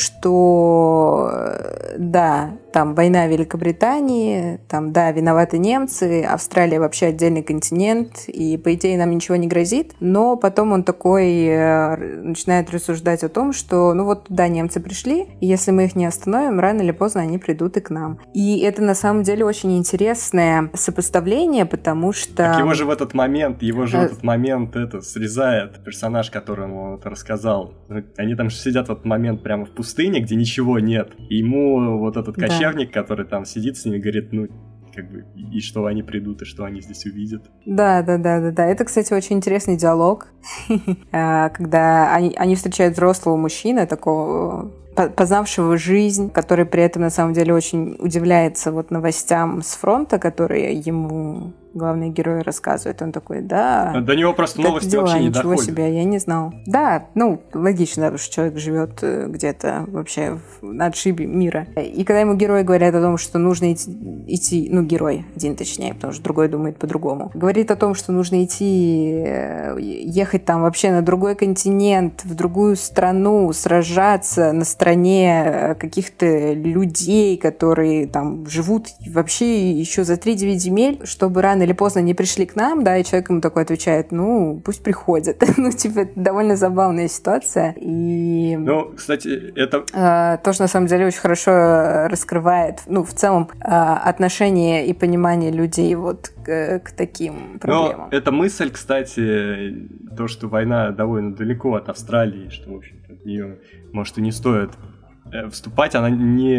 Speaker 4: что да, там война в Великобритании, там, да, виноваты немцы, Австралия вообще отдельный континент, и, по идее, нам ничего не грозит, но потом он такой э, начинает рассуждать о том, что, ну вот туда немцы пришли, и если мы их не остановим, рано или поздно они придут и к нам. И это, на самом деле, очень интересное сопоставление, потому что...
Speaker 1: Так его же в этот момент, его же в этот момент это срезает персонаж, которому он это рассказал. Они там же сидят в этот момент прямо в пустыне, где ничего нет, и ему вот этот кочевник, да, который там сидит с ними, говорит, ну, как бы, и что они придут, и что они здесь увидят.
Speaker 4: Да, да, да, да, да. Это, кстати, очень интересный диалог, когда они, они встречают взрослого мужчину, такого познавшего жизнь, который при этом на самом деле очень удивляется вот новостям с фронта, которые ему главный герой рассказывает. Он такой, да...
Speaker 1: До него просто новости дела, вообще не
Speaker 4: ничего
Speaker 1: доходят.
Speaker 4: Себе, я не знал. Да, ну, логично, потому что человек живет где-то вообще на отшибе мира. И когда ему герои говорят о том, что нужно идти, идти, ну, герой один точнее, потому что другой думает по-другому, говорит о том, что нужно идти, ехать там вообще на другой континент, в другую страну, сражаться на стороне каких-то людей, которые там живут вообще еще за три девять земель, чтобы рано или поздно не пришли к нам, да, и человек ему такой отвечает, ну, пусть приходят. Ну, типа, это довольно забавная ситуация. И...
Speaker 1: Ну, кстати, это...
Speaker 4: Э, тоже, на самом деле, очень хорошо раскрывает, ну, в целом, э, отношение и понимание людей вот к, к таким проблемам.
Speaker 1: Но эта мысль, кстати, то, что война довольно далеко от Австралии, что, в общем-то, от нее, может, и не стоит вступать, она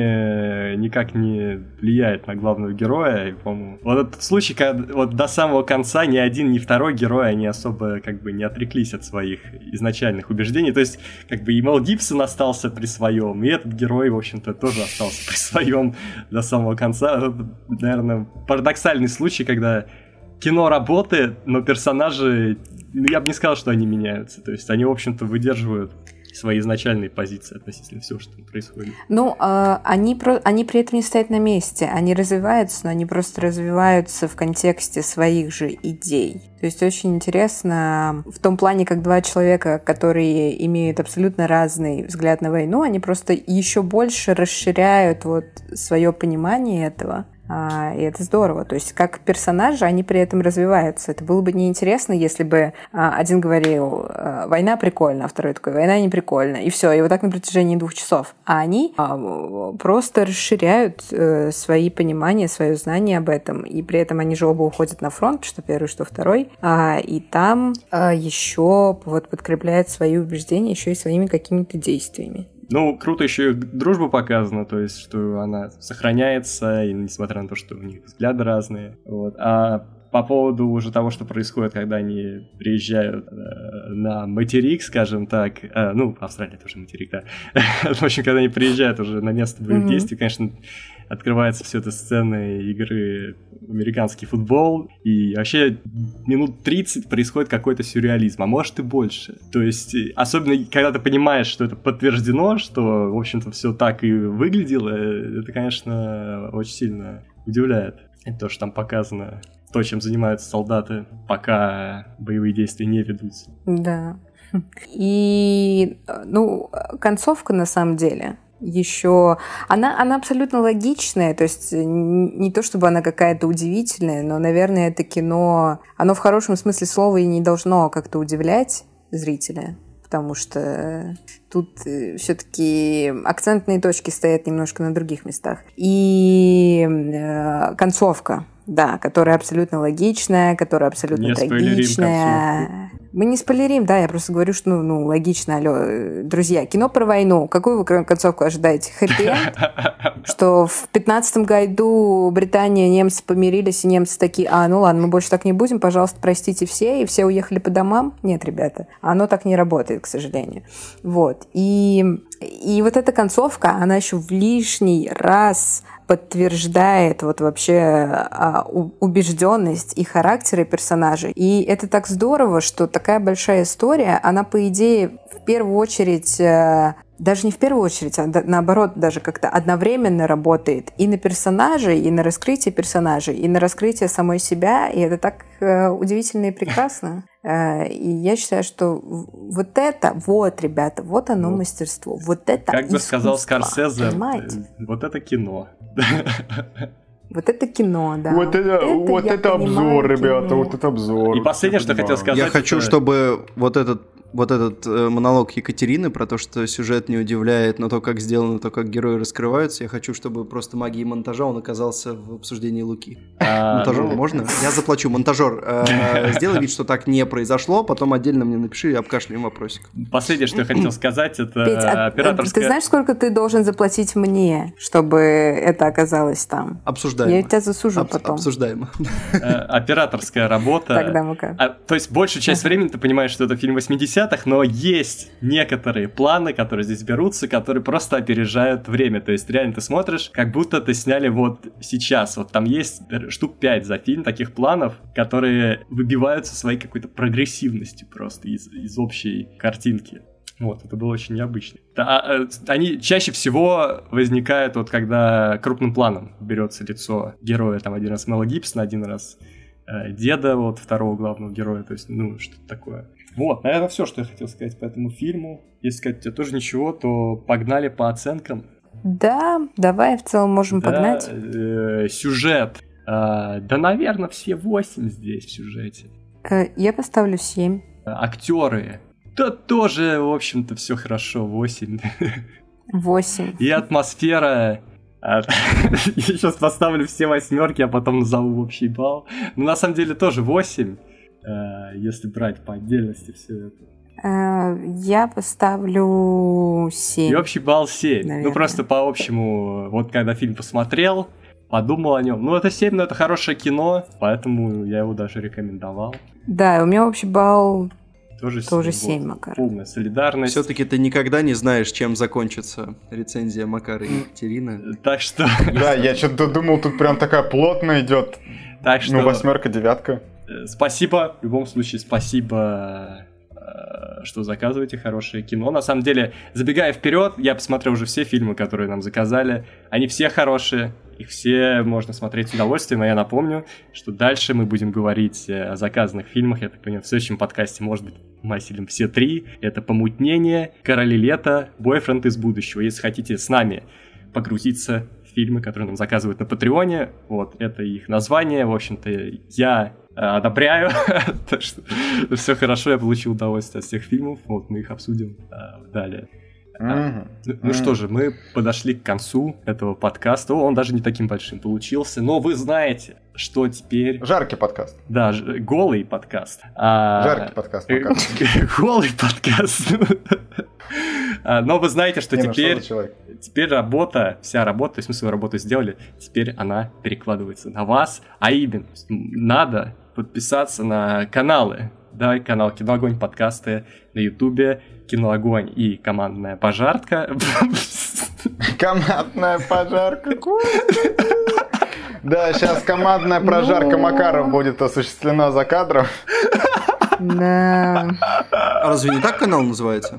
Speaker 1: не, никак не влияет на главного героя. И, по-моему, вот этот случай, когда вот до самого конца ни один, ни второй герой, они особо как бы не отреклись от своих изначальных убеждений. То есть, как бы и Мел Гибсон остался при своем, и этот герой, в общем-то, тоже остался при своем до самого конца. Это, наверное, парадоксальный случай, когда кино работает, но персонажи, ну, я бы не сказал, что они меняются. То есть, они, в общем-то, выдерживают свои изначальные позиции относительно всего, что там происходит.
Speaker 4: Ну, э, они, про, они при этом не стоят на месте, они развиваются, но они просто развиваются в контексте своих же идей. То есть очень интересно в том плане, как два человека, которые имеют абсолютно разный взгляд на войну, они просто еще больше расширяют вот свое понимание этого. А, и это здорово. То есть, как персонажи, они при этом развиваются. Это было бы неинтересно, если бы а, один говорил, война прикольна, а второй такой, война не прикольна. И все, и вот так на протяжении двух часов. А они а, просто расширяют а, свои понимания, свое знание об этом. И при этом они же оба уходят на фронт, что первый, что второй. А, и там а, еще вот подкрепляют свои убеждения еще и своими какими-то действиями.
Speaker 1: Ну, круто еще и дружба показана, то есть, что она сохраняется, и несмотря на то, что у них взгляды разные. Вот. А по поводу уже того, что происходит, когда они приезжают э, на материк, скажем так, э, ну, Австралия тоже материк, да. В общем, когда они приезжают уже на место боевых mm-hmm. действий, конечно, открывается все это сцены игры в американский футбол, и вообще минут тридцать происходит какой-то сюрреализм, а может и больше. То есть, особенно когда ты понимаешь, что это подтверждено, что, в общем-то, все так и выглядело, это, конечно, очень сильно удивляет. Это то, что там показано, то, чем занимаются солдаты, пока боевые действия не ведутся.
Speaker 4: Да. И, ну, концовка, на самом деле, еще... Она, она абсолютно логичная, то есть не то, чтобы она какая-то удивительная, но, наверное, это кино, оно в хорошем смысле слова и не должно как-то удивлять зрителя, потому что тут все-таки акцентные точки стоят немножко на других местах. И э, концовка, да, которая абсолютно логичная, которая абсолютно
Speaker 1: не
Speaker 4: трагичная. Мы не спойлерим, да, я просто говорю, что ну, ну логично, алло, друзья, кино про войну. Какую вы концовку ожидаете? Хэппи-энд? Что в пятнадцатом году Британия, немцы помирились, и немцы такие, а, ну ладно, мы больше так не будем, пожалуйста, простите все, и все уехали по домам? Нет, ребята, оно так не работает, к сожалению. Вот, и, и вот эта концовка, она еще в лишний раз подтверждает вот вообще а, убежденность и характеры персонажей. И это так здорово, что такая большая история, она, по идее, в первую очередь, э, даже не в первую очередь, а наоборот, даже как-то одновременно работает и на персонажей, и на раскрытие персонажей, и на раскрытие самой себя, и это так э, удивительно и прекрасно. Э, и я считаю, что вот это, вот, ребята, вот оно ну, мастерство, вот это
Speaker 1: как бы
Speaker 4: искусство,
Speaker 1: сказал Скорсезе,
Speaker 4: понимаете?
Speaker 1: Вот это кино.
Speaker 4: Вот это кино, да.
Speaker 3: Вот это, вот вот это обзор, ребята, вот это обзор.
Speaker 1: И последнее, что хотел сказать.
Speaker 2: Я хочу, чтобы вот этот вот этот э, монолог Екатерины про то, что сюжет не удивляет, но то, как сделано, то, как герои раскрываются, я хочу, чтобы просто магией монтажа он оказался в обсуждении Луки. А, монтажер, ну... можно? Я заплачу. Монтажер, э, сделай вид, что так не произошло, потом отдельно мне напиши и обкашляем вопросик.
Speaker 1: Последнее, что я хотел сказать, это
Speaker 4: Петь, а,
Speaker 1: операторская...
Speaker 4: Ты знаешь, сколько ты должен заплатить мне, чтобы это оказалось там?
Speaker 2: Обсуждаем.
Speaker 4: Я тебя засужу
Speaker 2: Об,
Speaker 4: потом.
Speaker 2: Обсуждаем.
Speaker 1: Операторская работа.
Speaker 4: Тогда мы как?
Speaker 1: А, то есть большую часть времени ты понимаешь, что это фильм восьмидесятых, но есть некоторые планы, которые здесь берутся, которые просто опережают время. То есть реально ты смотришь, как будто ты сняли вот сейчас. Вот там есть штук пять за фильм таких планов, которые выбиваются своей какой-то прогрессивностью просто из, из общей картинки. Вот, это было очень необычно. Да, они чаще всего возникают, вот когда крупным планом берется лицо героя, там один раз Мела Гибсона, один раз э, деда, вот второго главного героя, то есть, ну, что-то такое. Вот, наверное, все, что я хотел сказать по этому фильму. Если сказать у тебя тоже ничего, то погнали по оценкам.
Speaker 4: Да, давай в целом можем
Speaker 1: да,
Speaker 4: погнать.
Speaker 1: Э, сюжет А, да, наверное, все восемь здесь в сюжете.
Speaker 4: Я поставлю семь.
Speaker 1: Актеры. Да тоже, в общем-то, все хорошо, восемь.
Speaker 4: восемь.
Speaker 1: И атмосфера... Я сейчас поставлю все восьмерки, а потом назову общий балл. Но на самом деле тоже восемь, если брать по отдельности все это.
Speaker 4: Я поставлю семь.
Speaker 1: И общий балл семь. Наверное. Ну просто по общему, вот когда фильм посмотрел, подумал о нем. Ну это семь, но это хорошее кино, поэтому я его даже рекомендовал.
Speaker 4: Да, у меня общий балл...
Speaker 1: Тоже,
Speaker 4: Тоже
Speaker 1: семь,
Speaker 4: семь, Макар.
Speaker 1: Полная солидарность.
Speaker 2: Все-таки ты никогда не знаешь, чем закончится рецензия Макара и Екатерины.
Speaker 1: Так что...
Speaker 3: Да, я что-то думал, тут прям такая плотная идет.
Speaker 1: Так что...
Speaker 3: Ну, восьмерка, девятка.
Speaker 1: Спасибо, в любом случае, спасибо, что заказываете хорошее кино. На самом деле, забегая вперед, я посмотрел уже все фильмы, которые нам заказали. Они все хорошие. Их все можно смотреть с удовольствием, а я напомню, что дальше мы будем говорить о заказанных фильмах. Я так понимаю, в следующем подкасте, может быть, мы осилим все три. Это «Помутнение», «Короли лета», «Бойфренд из будущего». Если хотите с нами погрузиться в фильмы, которые нам заказывают на Патреоне, вот, это их название. В общем-то, я одобряю. Так что все хорошо, я получил удовольствие от всех фильмов. Вот, мы их обсудим далее. Mm-hmm. Ну, mm-hmm. ну что же, мы подошли к концу этого подкаста. О, он даже не таким большим получился. Но вы знаете, что теперь...
Speaker 3: Жаркий подкаст.
Speaker 1: Да, ж... голый подкаст. А...
Speaker 3: Жаркий подкаст.
Speaker 1: Голый подкаст. Но вы знаете, что теперь... Теперь работа, вся работа, то есть мы свою работу сделали, теперь она перекладывается на вас. А именно, надо подписаться на каналы. Да, канал Кино Огонь, подкасты на Ютубе, Кино Огонь и командная пожарка.
Speaker 3: Командная пожарка. Да, сейчас командная прожарка Макаров будет осуществлена за кадром.
Speaker 4: Да.
Speaker 2: А разве не так канал называется?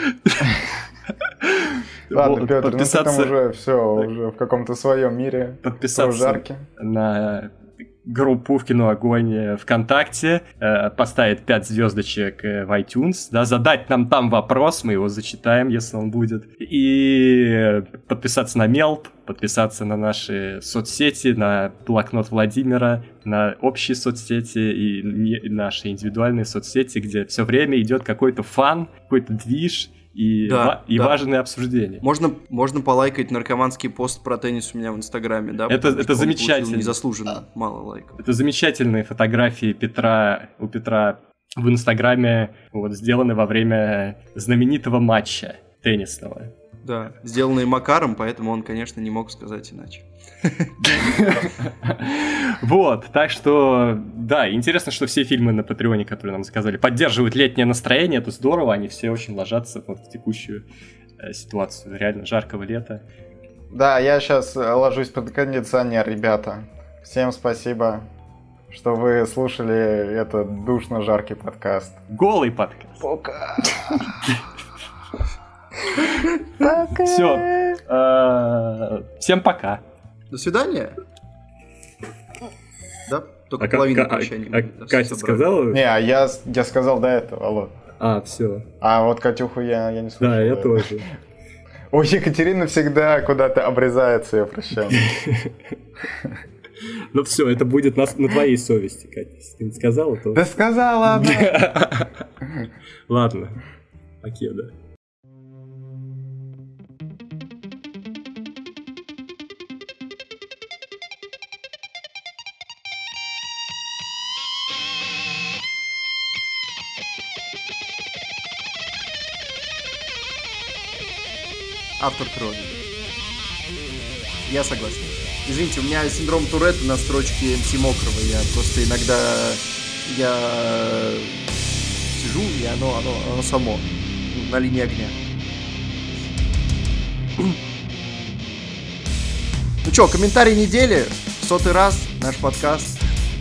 Speaker 3: Ладно, Петр, ну ты там уже все, уже в каком-то своем мире.
Speaker 1: Подписаться на группу в Кино Огонь ВКонтакте, э, поставить пять звездочек в iTunes, да, задать нам там вопрос, мы его зачитаем, если он будет, и подписаться на Мелп, подписаться на наши соцсети, на блокнот Владимира, на общие соцсети и, не, и наши индивидуальные соцсети, где все время идет какой-то фан, какой-то движ, и,
Speaker 2: да,
Speaker 1: ва- и
Speaker 2: да.
Speaker 1: важные обсуждения.
Speaker 2: Можно, можно полайкать наркоманский пост про теннис у меня в Инстаграме, да?
Speaker 1: Это, это замечательно.
Speaker 2: Незаслуженно, мало лайков.
Speaker 1: Это замечательные фотографии Петра, у Петра в Инстаграме, вот, сделаны во время знаменитого матча теннисного.
Speaker 2: Да, сделанные Макаром, поэтому он, конечно, не мог сказать иначе.
Speaker 1: Вот, так что, да, интересно, что все фильмы на Патреоне, которые нам заказали, поддерживают летнее настроение, это здорово, они все очень ложатся вот в текущую э, ситуацию реально жаркого лета.
Speaker 3: Да, я сейчас ложусь под кондиционер, ребята. Всем спасибо, что вы слушали этот душно-жаркий подкаст.
Speaker 1: Голый подкаст.
Speaker 3: Пока.
Speaker 4: Пока.
Speaker 1: Все. Всем пока.
Speaker 2: До свидания. Да, только
Speaker 1: а
Speaker 2: половина
Speaker 1: к-
Speaker 2: прощания.
Speaker 1: А, а Катя сказала?
Speaker 3: Не, а я, я сказал до этого, алло.
Speaker 1: А, все.
Speaker 3: А вот Катюху я, я не слышал.
Speaker 1: Да, я тоже.
Speaker 3: У Екатерины всегда куда-то обрезается ее прощание.
Speaker 1: Ну все, это будет на, на твоей совести, Катя. Если ты не сказала, то...
Speaker 3: Да сказала она!
Speaker 1: Ладно. Окей, да.
Speaker 2: Автор крови. Я согласен. Извините, у меня синдром Туретта на строчке эм си Мокрого. Я просто иногда я сижу, и оно, оно, оно само на линии огня. Ну что, комментарий недели. В сотый раз наш подкаст.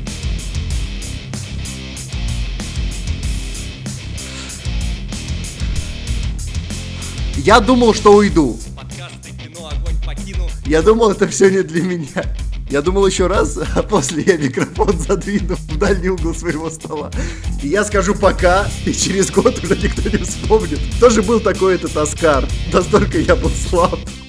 Speaker 2: Я думал, что уйду.
Speaker 1: Подкасты «Кино Огонь» покинул.
Speaker 2: Я думал, это все не для меня. Я думал еще раз, а после я микрофон задвину в дальний угол своего стола. И я скажу пока, и через год уже никто не вспомнит. Кто же был такой этот Оскар? Настолько я был слаб.